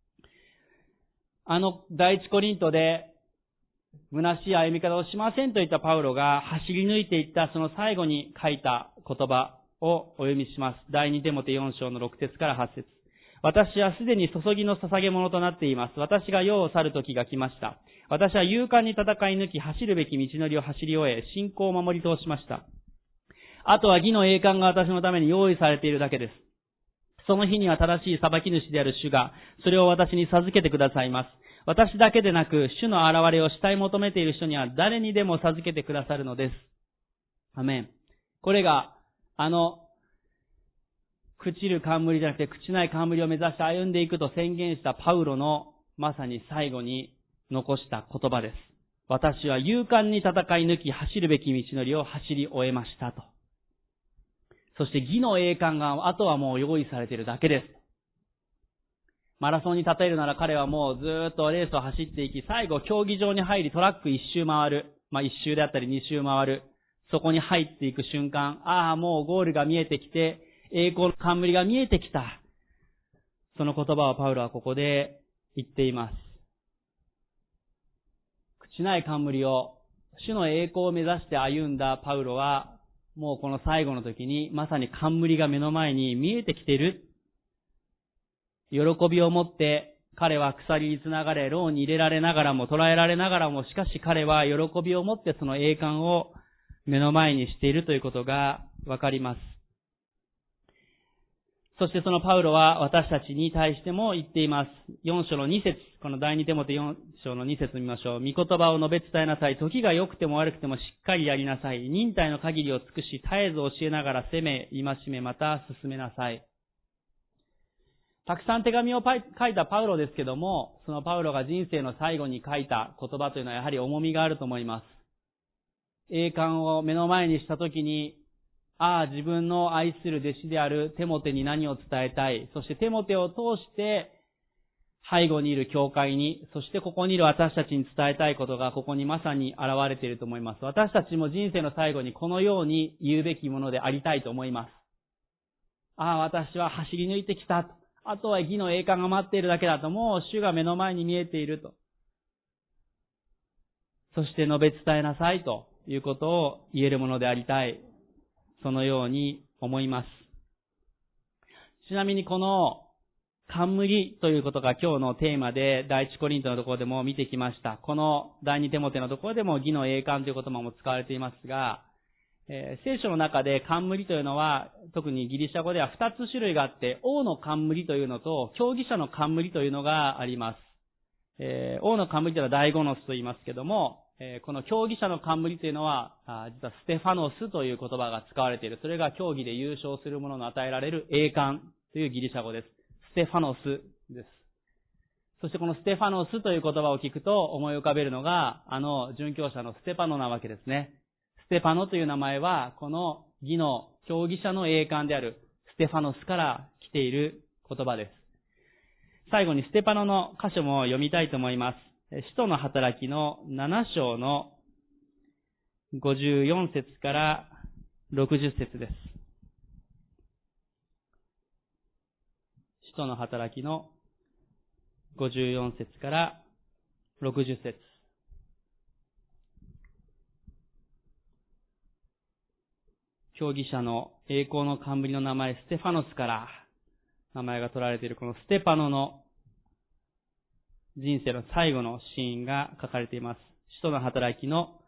第一コリントで、虚しい歩み方をしませんといったパウロが走り抜いていったその最後に書いた言葉をお読みします。第2テモテ4章の6節から8節。私はすでに注ぎの捧げ物となっています。私が世を去る時が来ました。私は勇敢に戦い抜き、走るべき道のりを走り終え、信仰を守り通しました。あとは義の栄冠が私のために用意されているだけです。その日には正しい裁き主である主が、それを私に授けてくださいます。私だけでなく、主の現れを慕い求めている人には誰にでも授けてくださるのです。アメン。これが、朽ちる冠じゃなくて朽ちない冠を目指して歩んでいくと宣言したパウロのまさに最後に残した言葉です。私は勇敢に戦い抜き走るべき道のりを走り終えましたと。そして義の栄冠があとはもう用意されているだけです。マラソンに例えるなら彼はもうずーっとレースを走っていき、最後競技場に入りトラック一周回る。一周であったり二周回る。そこに入っていく瞬間、もうゴールが見えてきて、栄光の冠が見えてきた。その言葉をパウロはここで言っています。朽ちない冠を、主の栄光を目指して歩んだパウロは、もうこの最後の時にまさに冠が目の前に見えてきている。喜びを持って彼は鎖につながれ、牢に入れられながらも、捕らえられながらも、しかし彼は喜びを持ってその栄冠を目の前にしているということがわかります。そしてそのパウロは私たちに対しても言っています。4章の2節、この第2テモテ4章の2節見ましょう。御言葉を述べ伝えなさい。時が良くても悪くてもしっかりやりなさい。忍耐の限りを尽くし、絶えず教えながら責め、戒め、また進めなさい。たくさん手紙を書いたパウロですけども、そのパウロが人生の最後に書いた言葉というのはやはり重みがあると思います。栄冠を目の前にしたときに、自分の愛する弟子であるテモテに何を伝えたい。そしてテモテを通して背後にいる教会に、そしてここにいる私たちに伝えたいことがここにまさに現れていると思います。私たちも人生の最後にこのように言うべきものでありたいと思います。私は走り抜いてきたと。あとは義の栄冠が待っているだけだと、もう主が目の前に見えていると。そして述べ伝えなさいということを言えるものでありたい。そのように思います。ちなみにこの冠ということが今日のテーマで第一コリントのところでも見てきました。この第二テモテのところでも義の栄冠という言葉も使われていますが、聖書の中で冠というのは特にギリシャ語では2つ種類があって、王の冠というのと競技者の冠というのがあります。王の冠というのはダイゴノスと言いますけども、この競技者の冠というのは、実はステファノスという言葉が使われている。それが競技で優勝する者の与えられる栄冠というギリシャ語です。ステファノスです。そしてこのステファノスという言葉を聞くと思い浮かべるのが、殉教者のステパノなわけですね。ステパノという名前は、この義の競技者の栄冠であるステファノスから来ている言葉です。最後にステパノの箇所も読みたいと思います。使徒の働きの7章の54節から60節です。使徒の働きの 54節から60節。競技者の栄光の冠の名前、ステファノスから名前が取られているこのステパノの人生の最後のシーンが書かれています。使徒の働きの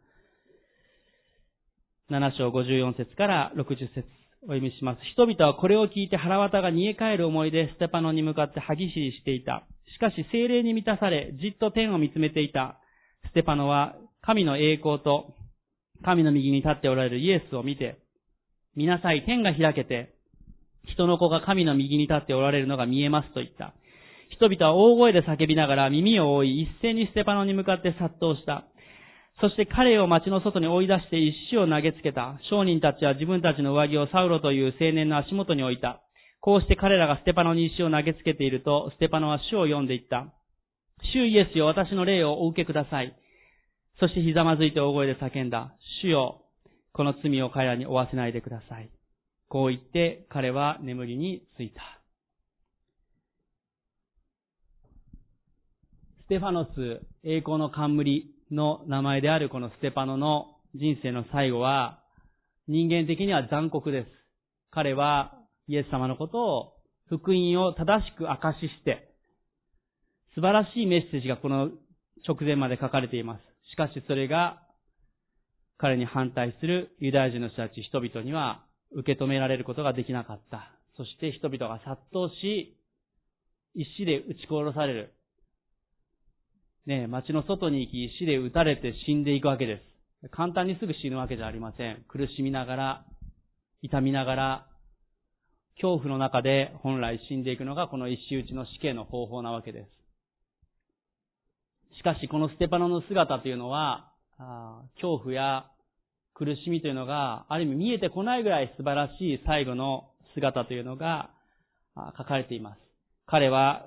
7章54節から60節お読みします。人々はこれを聞いて腹渡が煮え返る思いでステパノに向かって歯ぎしりしていた。しかし聖霊に満たされ、じっと天を見つめていたステパノは神の栄光と神の右に立っておられるイエスを見て、見なさい、天が開けて、人の子が神の右に立っておられるのが見えますと言った。人々は大声で叫びながら耳を覆い、一斉にステパノに向かって殺到した。そして彼を町の外に追い出して石を投げつけた。商人たちは自分たちの上着をサウロという青年の足元に置いた。こうして彼らがステパノに石を投げつけていると、ステパノは主を呼んでいった。主イエスよ、私の霊をお受けください。そしてひざまずいて大声で叫んだ。主よ、この罪を彼らに負わせないでください。こう言って彼は眠りについた。ステファノス、栄光の冠の名前であるこのステパノの人生の最後は、人間的には残酷です。彼はイエス様のことを、福音を正しく証しして、素晴らしいメッセージがこの直前まで書かれています。しかしそれが、彼に反対するユダヤ人の人たち、人々には受け止められることができなかった。そして人々が殺到し、石で撃ち殺される。町の外に行き、石で撃たれて死んでいくわけです。簡単にすぐ死ぬわけじゃありません。苦しみながら、痛みながら、恐怖の中で本来死んでいくのがこの石打ちの死刑の方法なわけです。しかしこのステパノの姿というのは、恐怖や苦しみというのがある意味見えてこないぐらい素晴らしい最後の姿というのが書かれています。彼は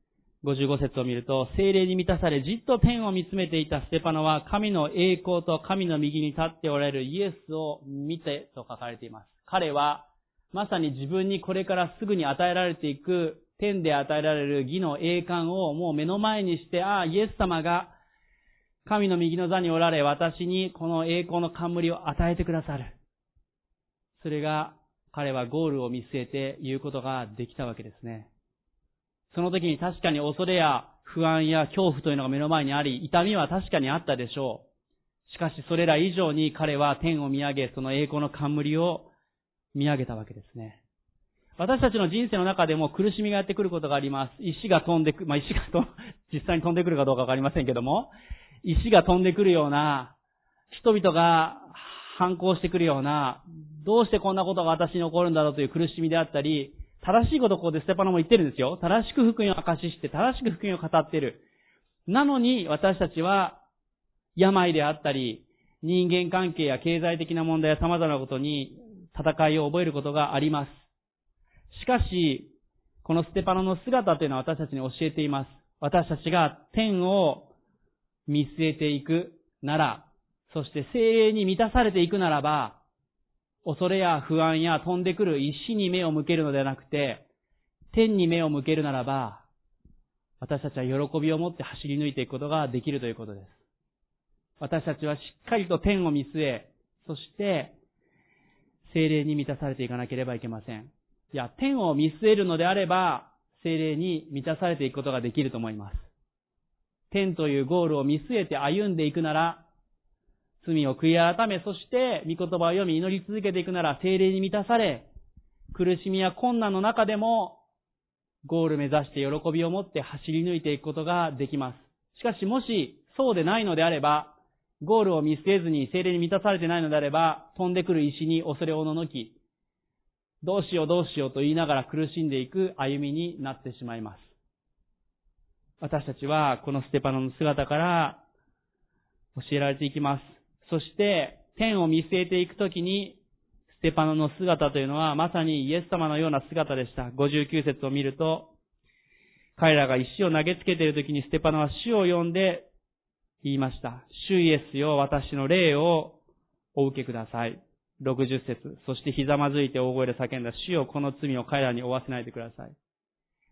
55節を見ると、聖霊に満たされじっと天を見つめていたステパノは神の栄光と神の右に立っておられるイエスを見てと書かれています。彼はまさに自分にこれからすぐに与えられていく天で与えられる義の栄冠をもう目の前にして、イエス様が神の右の座におられ、私にこの栄光の冠を与えてくださる。それが彼はゴールを見据えて言うことができたわけですね。その時に確かに恐れや不安や恐怖というのが目の前にあり、痛みは確かにあったでしょう。しかしそれら以上に彼は天を見上げ、その栄光の冠を見上げたわけですね。私たちの人生の中でも苦しみがやってくることがあります。石が飛んでく、実際に飛んでくるかどうかわかりませんけども、石が飛んでくるような、人々が反抗してくるような、どうしてこんなことが私に起こるんだろうという苦しみであったり、正しいことをここでステパノも言ってるんですよ。正しく福音を証しして、正しく福音を語っている。なのに私たちは、病であったり、人間関係や経済的な問題や様々なことに戦いを覚えることがあります。しかし、このステパノの姿というのは私たちに教えています。私たちが天を見据えていくなら、そして聖霊に満たされていくならば、恐れや不安や飛んでくる石に目を向けるのではなくて、天に目を向けるならば、私たちは喜びを持って走り抜いていくことができるということです。私たちはしっかりと天を見据え、そして聖霊に満たされていかなければいけません。いや、天を見据えるのであれば、聖霊に満たされていくことができると思います。天というゴールを見据えて歩んでいくなら、罪を悔い改め、そして御言葉を読み祈り続けていくなら、聖霊に満たされ、苦しみや困難の中でも、ゴール目指して喜びを持って走り抜いていくことができます。しかしもし、そうでないのであれば、ゴールを見据えずに聖霊に満たされてないのであれば、飛んでくる石に恐れおののき、どうしようどうしようと言いながら苦しんでいく歩みになってしまいます。私たちはこのステパノの姿から教えられていきます。そして天を見据えていくときにステパノの姿というのはまさにイエス様のような姿でした。59節を見ると、彼らが石を投げつけているときにステパノは主を呼んで言いました。主イエスよ、私の霊をお受けください。60節。そしてひざまずいて大声で叫んだ。主よ、この罪を彼らに負わせないでください。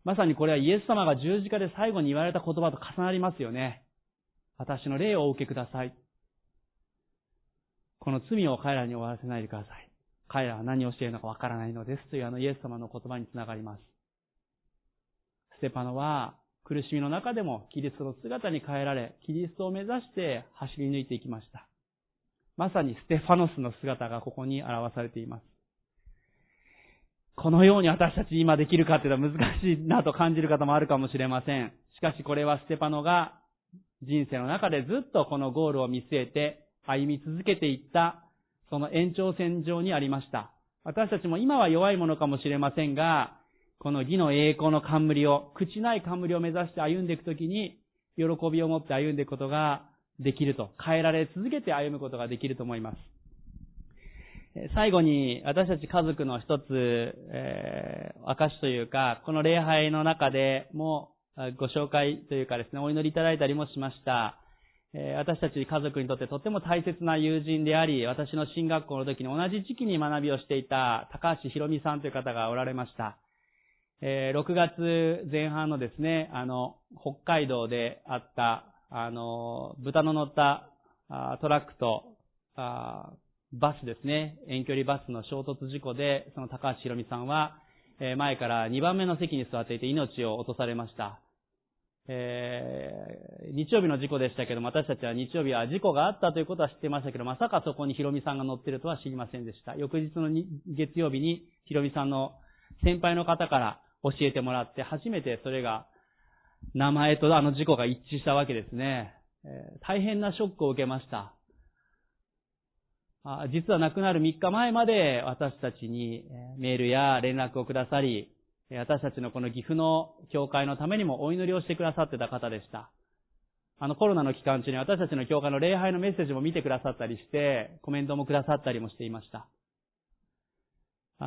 まさにこれはイエス様が十字架で最後に言われた言葉と重なりますよね。私の霊をお受けください。この罪を彼らに負わせないでください。彼らは何をしているのかわからないのですというイエス様の言葉につながります。ステパノは苦しみの中でもキリストの姿に変えられ、キリストを目指して走り抜いていきました。まさにステファノスの姿がここに表されています。このように私たち今できるかというのは難しいなと感じる方もあるかもしれません。しかしこれはステパノが人生の中でずっとこのゴールを見据えて歩み続けていったその延長線上にありました。私たちも今は弱いものかもしれませんが、この義の栄光の冠を、朽ちない冠を目指して歩んでいくときに、喜びを持って歩んでいくことができると、変えられ続けて歩むことができると思います。最後に私たち家族の一つ、証というか、この礼拝の中でもご紹介というかですね、お祈りいただいたりもしました。私たち家族にとってとっても大切な友人であり、私の進学校の時に同じ時期に学びをしていた高橋博美さんという方がおられました。6月前半のですね、北海道であった、豚の乗ったトラックとバスですね、遠距離バスの衝突事故で、その高橋博美さんは、前から2番目の席に座っていて命を落とされました。日曜日の事故でしたけども、私たちは日曜日は事故があったということは知っていましたけど、まさかそこにひろみさんが乗っているとは知りませんでした。翌日の月曜日にひろみさんの先輩の方から教えてもらって、初めてそれが名前と事故が一致したわけですね。大変なショックを受けました。実は亡くなる3日前まで私たちにメールや連絡をくださり、私たちのこの岐阜の教会のためにもお祈りをしてくださってた方でした。コロナの期間中に私たちの教会の礼拝のメッセージも見てくださったりして、コメントもくださったりもしていました。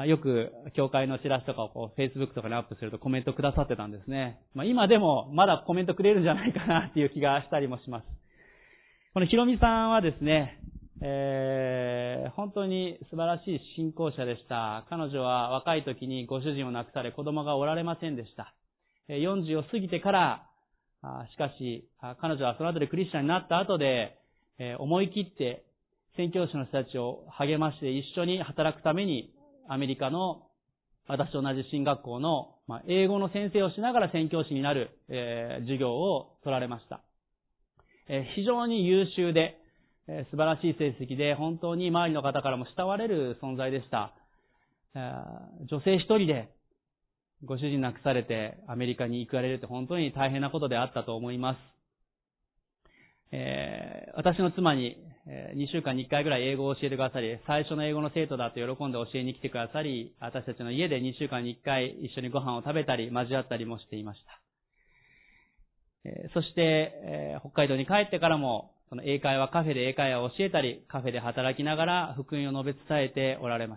よく教会のチラシとかをFacebook とかにアップするとコメントくださってたんですね。今でもまだコメントくれるんじゃないかなっていう気がしたりもします。このひろみさんはですね、本当に素晴らしい信仰者でした。彼女は若い時にご主人を亡くされ子供がおられませんでした。40を過ぎてから、しかし彼女はその後でクリスチャンになった後で、思い切って宣教師の人たちを励まして一緒に働くためにアメリカの私と同じ進学校の英語の先生をしながら宣教師になる、授業を取られました。非常に優秀で素晴らしい成績で本当に周りの方からも慕われる存在でした。女性一人でご主人亡くされてアメリカに行かれるって本当に大変なことであったと思います。私の妻に2週間に1回ぐらい英語を教えてくださり、最初の英語の生徒だと喜んで教えに来てくださり、私たちの家で2週間に1回一緒にご飯を食べたり交わったりもしていました。そして、北海道に帰ってからもその英会話カフェで英会話を教えたり、カフェで働きながら福音を述べ伝えておられました。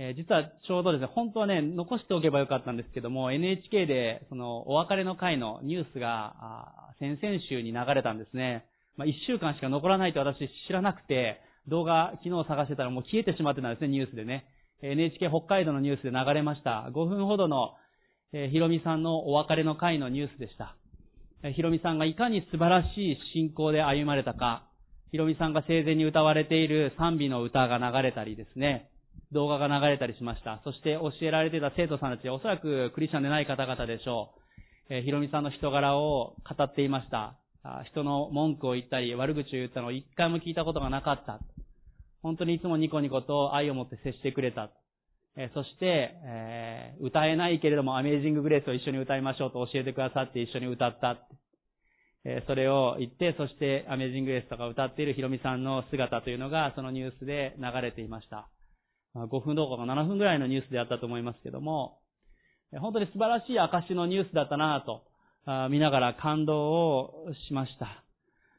実はちょうどですね、本当はね、残しておけばよかったんですけども、NHK でそのお別れの会のニュースが先々週に流れたんですね。1週間しか残らないと私知らなくて、動画昨日探してたらもう消えてしまってたんですね、ニュースでね。NHK 北海道のニュースで流れました。5分ほどのひろみさんのお別れの会のニュースでした。ひろみさんがいかに素晴らしい信仰で歩まれたか、ひろみさんが生前に歌われている賛美の歌が流れたりですね、動画が流れたりしました。そして教えられていた生徒さんたち、おそらくクリスチャンでない方々でしょう。ひろみさんの人柄を語っていました。人の文句を言ったり、悪口を言ったのを一回も聞いたことがなかった。本当にいつもニコニコと愛を持って接してくれた。そして、歌えないけれどもアメージンググレースを一緒に歌いましょうと教えてくださって一緒に歌った。それを言って、そしてアメージンググレースとか歌っているひろみさんの姿というのがそのニュースで流れていました。5分どころか7分ぐらいのニュースであったと思いますけども、本当に素晴らしい証のニュースだったなと見ながら感動をしました。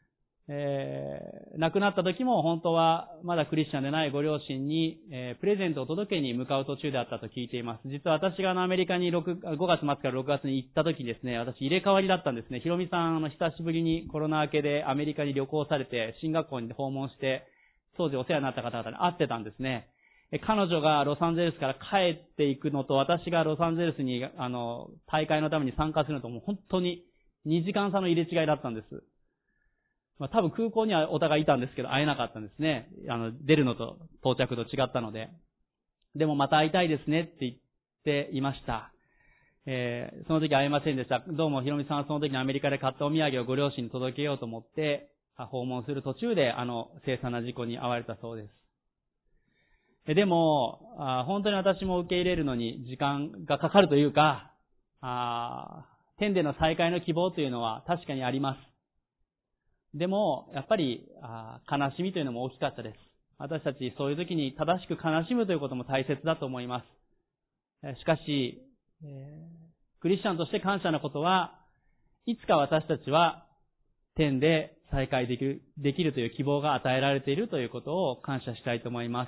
亡くなった時も本当はまだクリスチャンでないご両親にプレゼントを届けに向かう途中であったと聞いています。実は私がアメリカに5月末から6月に行った時ですね、私入れ替わりだったんですね。ひろみさん久しぶりにコロナ明けでアメリカに旅行されて進学校に訪問して当時お世話になった方々に会ってたんですね。 彼女がロサンゼルスから帰っていくのと、私がロサンゼルスに、大会のために参加するのと、もう本当に2時間差の入れ違いだったんです。多分空港にはお互いいたんですけど、会えなかったんですね。出るのと到着と違ったので。でもまた会いたいですねって言っていました。その時会えませんでした。どうもひろみさんはその時にアメリカで買ったお土産をご両親に届けようと思って、訪問する途中で凄惨な事故に遭われたそうです。でも、本当に私も受け入れるのに時間がかかるというか、天での再会の希望というのは確かにあります。でも、やっぱり、悲しみというのも大きかったです。私たちそういう時に正しく悲しむということも大切だと思います。しかし、クリスチャンとして感謝なことは、いつか私たちは天で再会できるという希望が与えられているということを感謝したいと思います。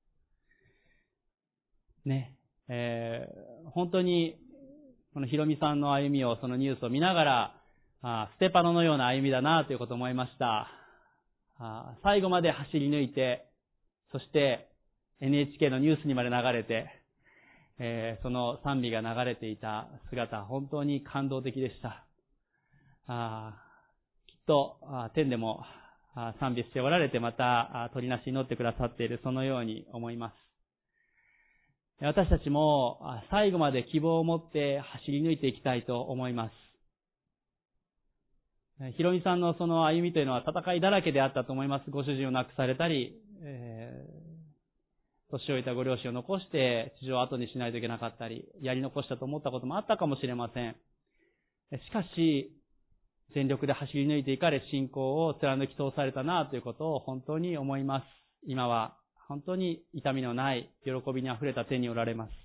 ね、本当に、このひろみさんの歩みを、そのニュースを見ながら、ステパノのような歩みだなということを思いました。最後まで走り抜いて、そして NHK のニュースにまで流れて、その賛美が流れていた姿、本当に感動的でした。きっと天でも賛美しておられて、また取りなしに乗ってくださっている、そのように思います。私たちも最後まで希望を持って走り抜いていきたいと思います。ひろみさんのその歩みというのは戦いだらけであったと思います。ご主人を亡くされたり、年老いたご両親を残して地上を後にしないといけなかったり、やり残したと思ったこともあったかもしれません。しかし、全力で走り抜いていかれ、信仰を貫き通されたなということを本当に思います。今は本当に痛みのない喜びにあふれた手におられます。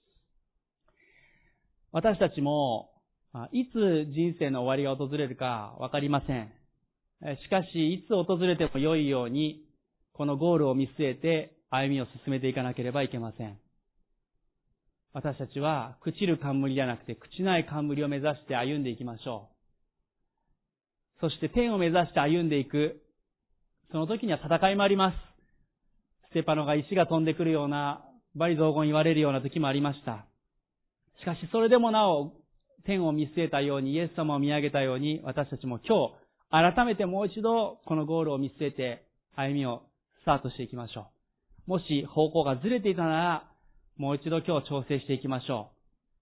私たちもいつ人生の終わりが訪れるかわかりません。しかし、いつ訪れても良いように、このゴールを見据えて歩みを進めていかなければいけません。私たちは朽ちる冠じゃなくて朽ちない冠を目指して歩んでいきましょう。そして天を目指して歩んでいく。その時には戦いもあります。ステパノが石が飛んでくるような、罵詈雑言言われるような時もありました。しかしそれでもなお、天を見据えたように、イエス様を見上げたように、私たちも今日、改めてもう一度、このゴールを見据えて、歩みをスタートしていきましょう。もし方向がずれていたなら、もう一度今日調整していきましょ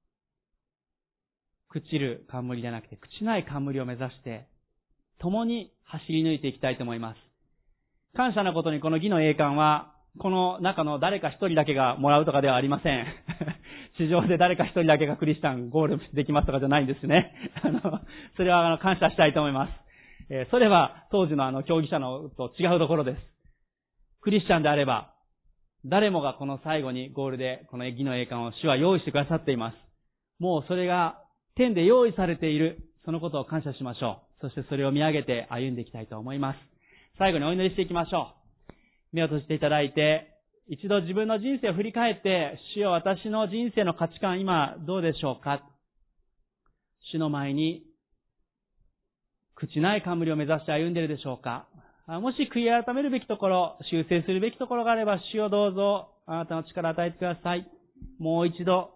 う。朽ちる冠じゃなくて、朽ちない冠を目指して、共に走り抜いていきたいと思います。感謝なことにこの義の栄冠は、この中の誰か一人だけがもらうとかではありません。地上で誰か一人だけがクリスチャンゴールできますとかじゃないんですね。それは感謝したいと思います。それは当時の競技者のと違うところです。クリスチャンであれば、誰もがこの最後にゴールでこの義の栄冠を主は用意してくださっています。もうそれが天で用意されている、そのことを感謝しましょう。そしてそれを見上げて歩んでいきたいと思います。最後にお祈りしていきましょう。目を閉じていただいて、一度自分の人生を振り返って、主よ私の人生の価値観今どうでしょうか。主の前に、朽ちない冠を目指して歩んでいるでしょうか。もし悔い改めるべきところ、修正するべきところがあれば、主よどうぞあなたの力を与えてください。もう一度、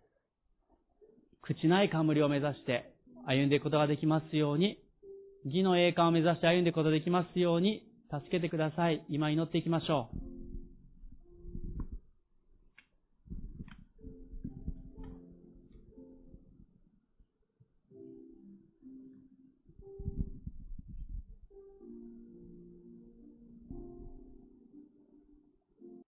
朽ちない冠を目指して歩んでいくことができますように、義の栄冠を目指して歩んでいくことができますように、助けてください。今祈っていきましょう。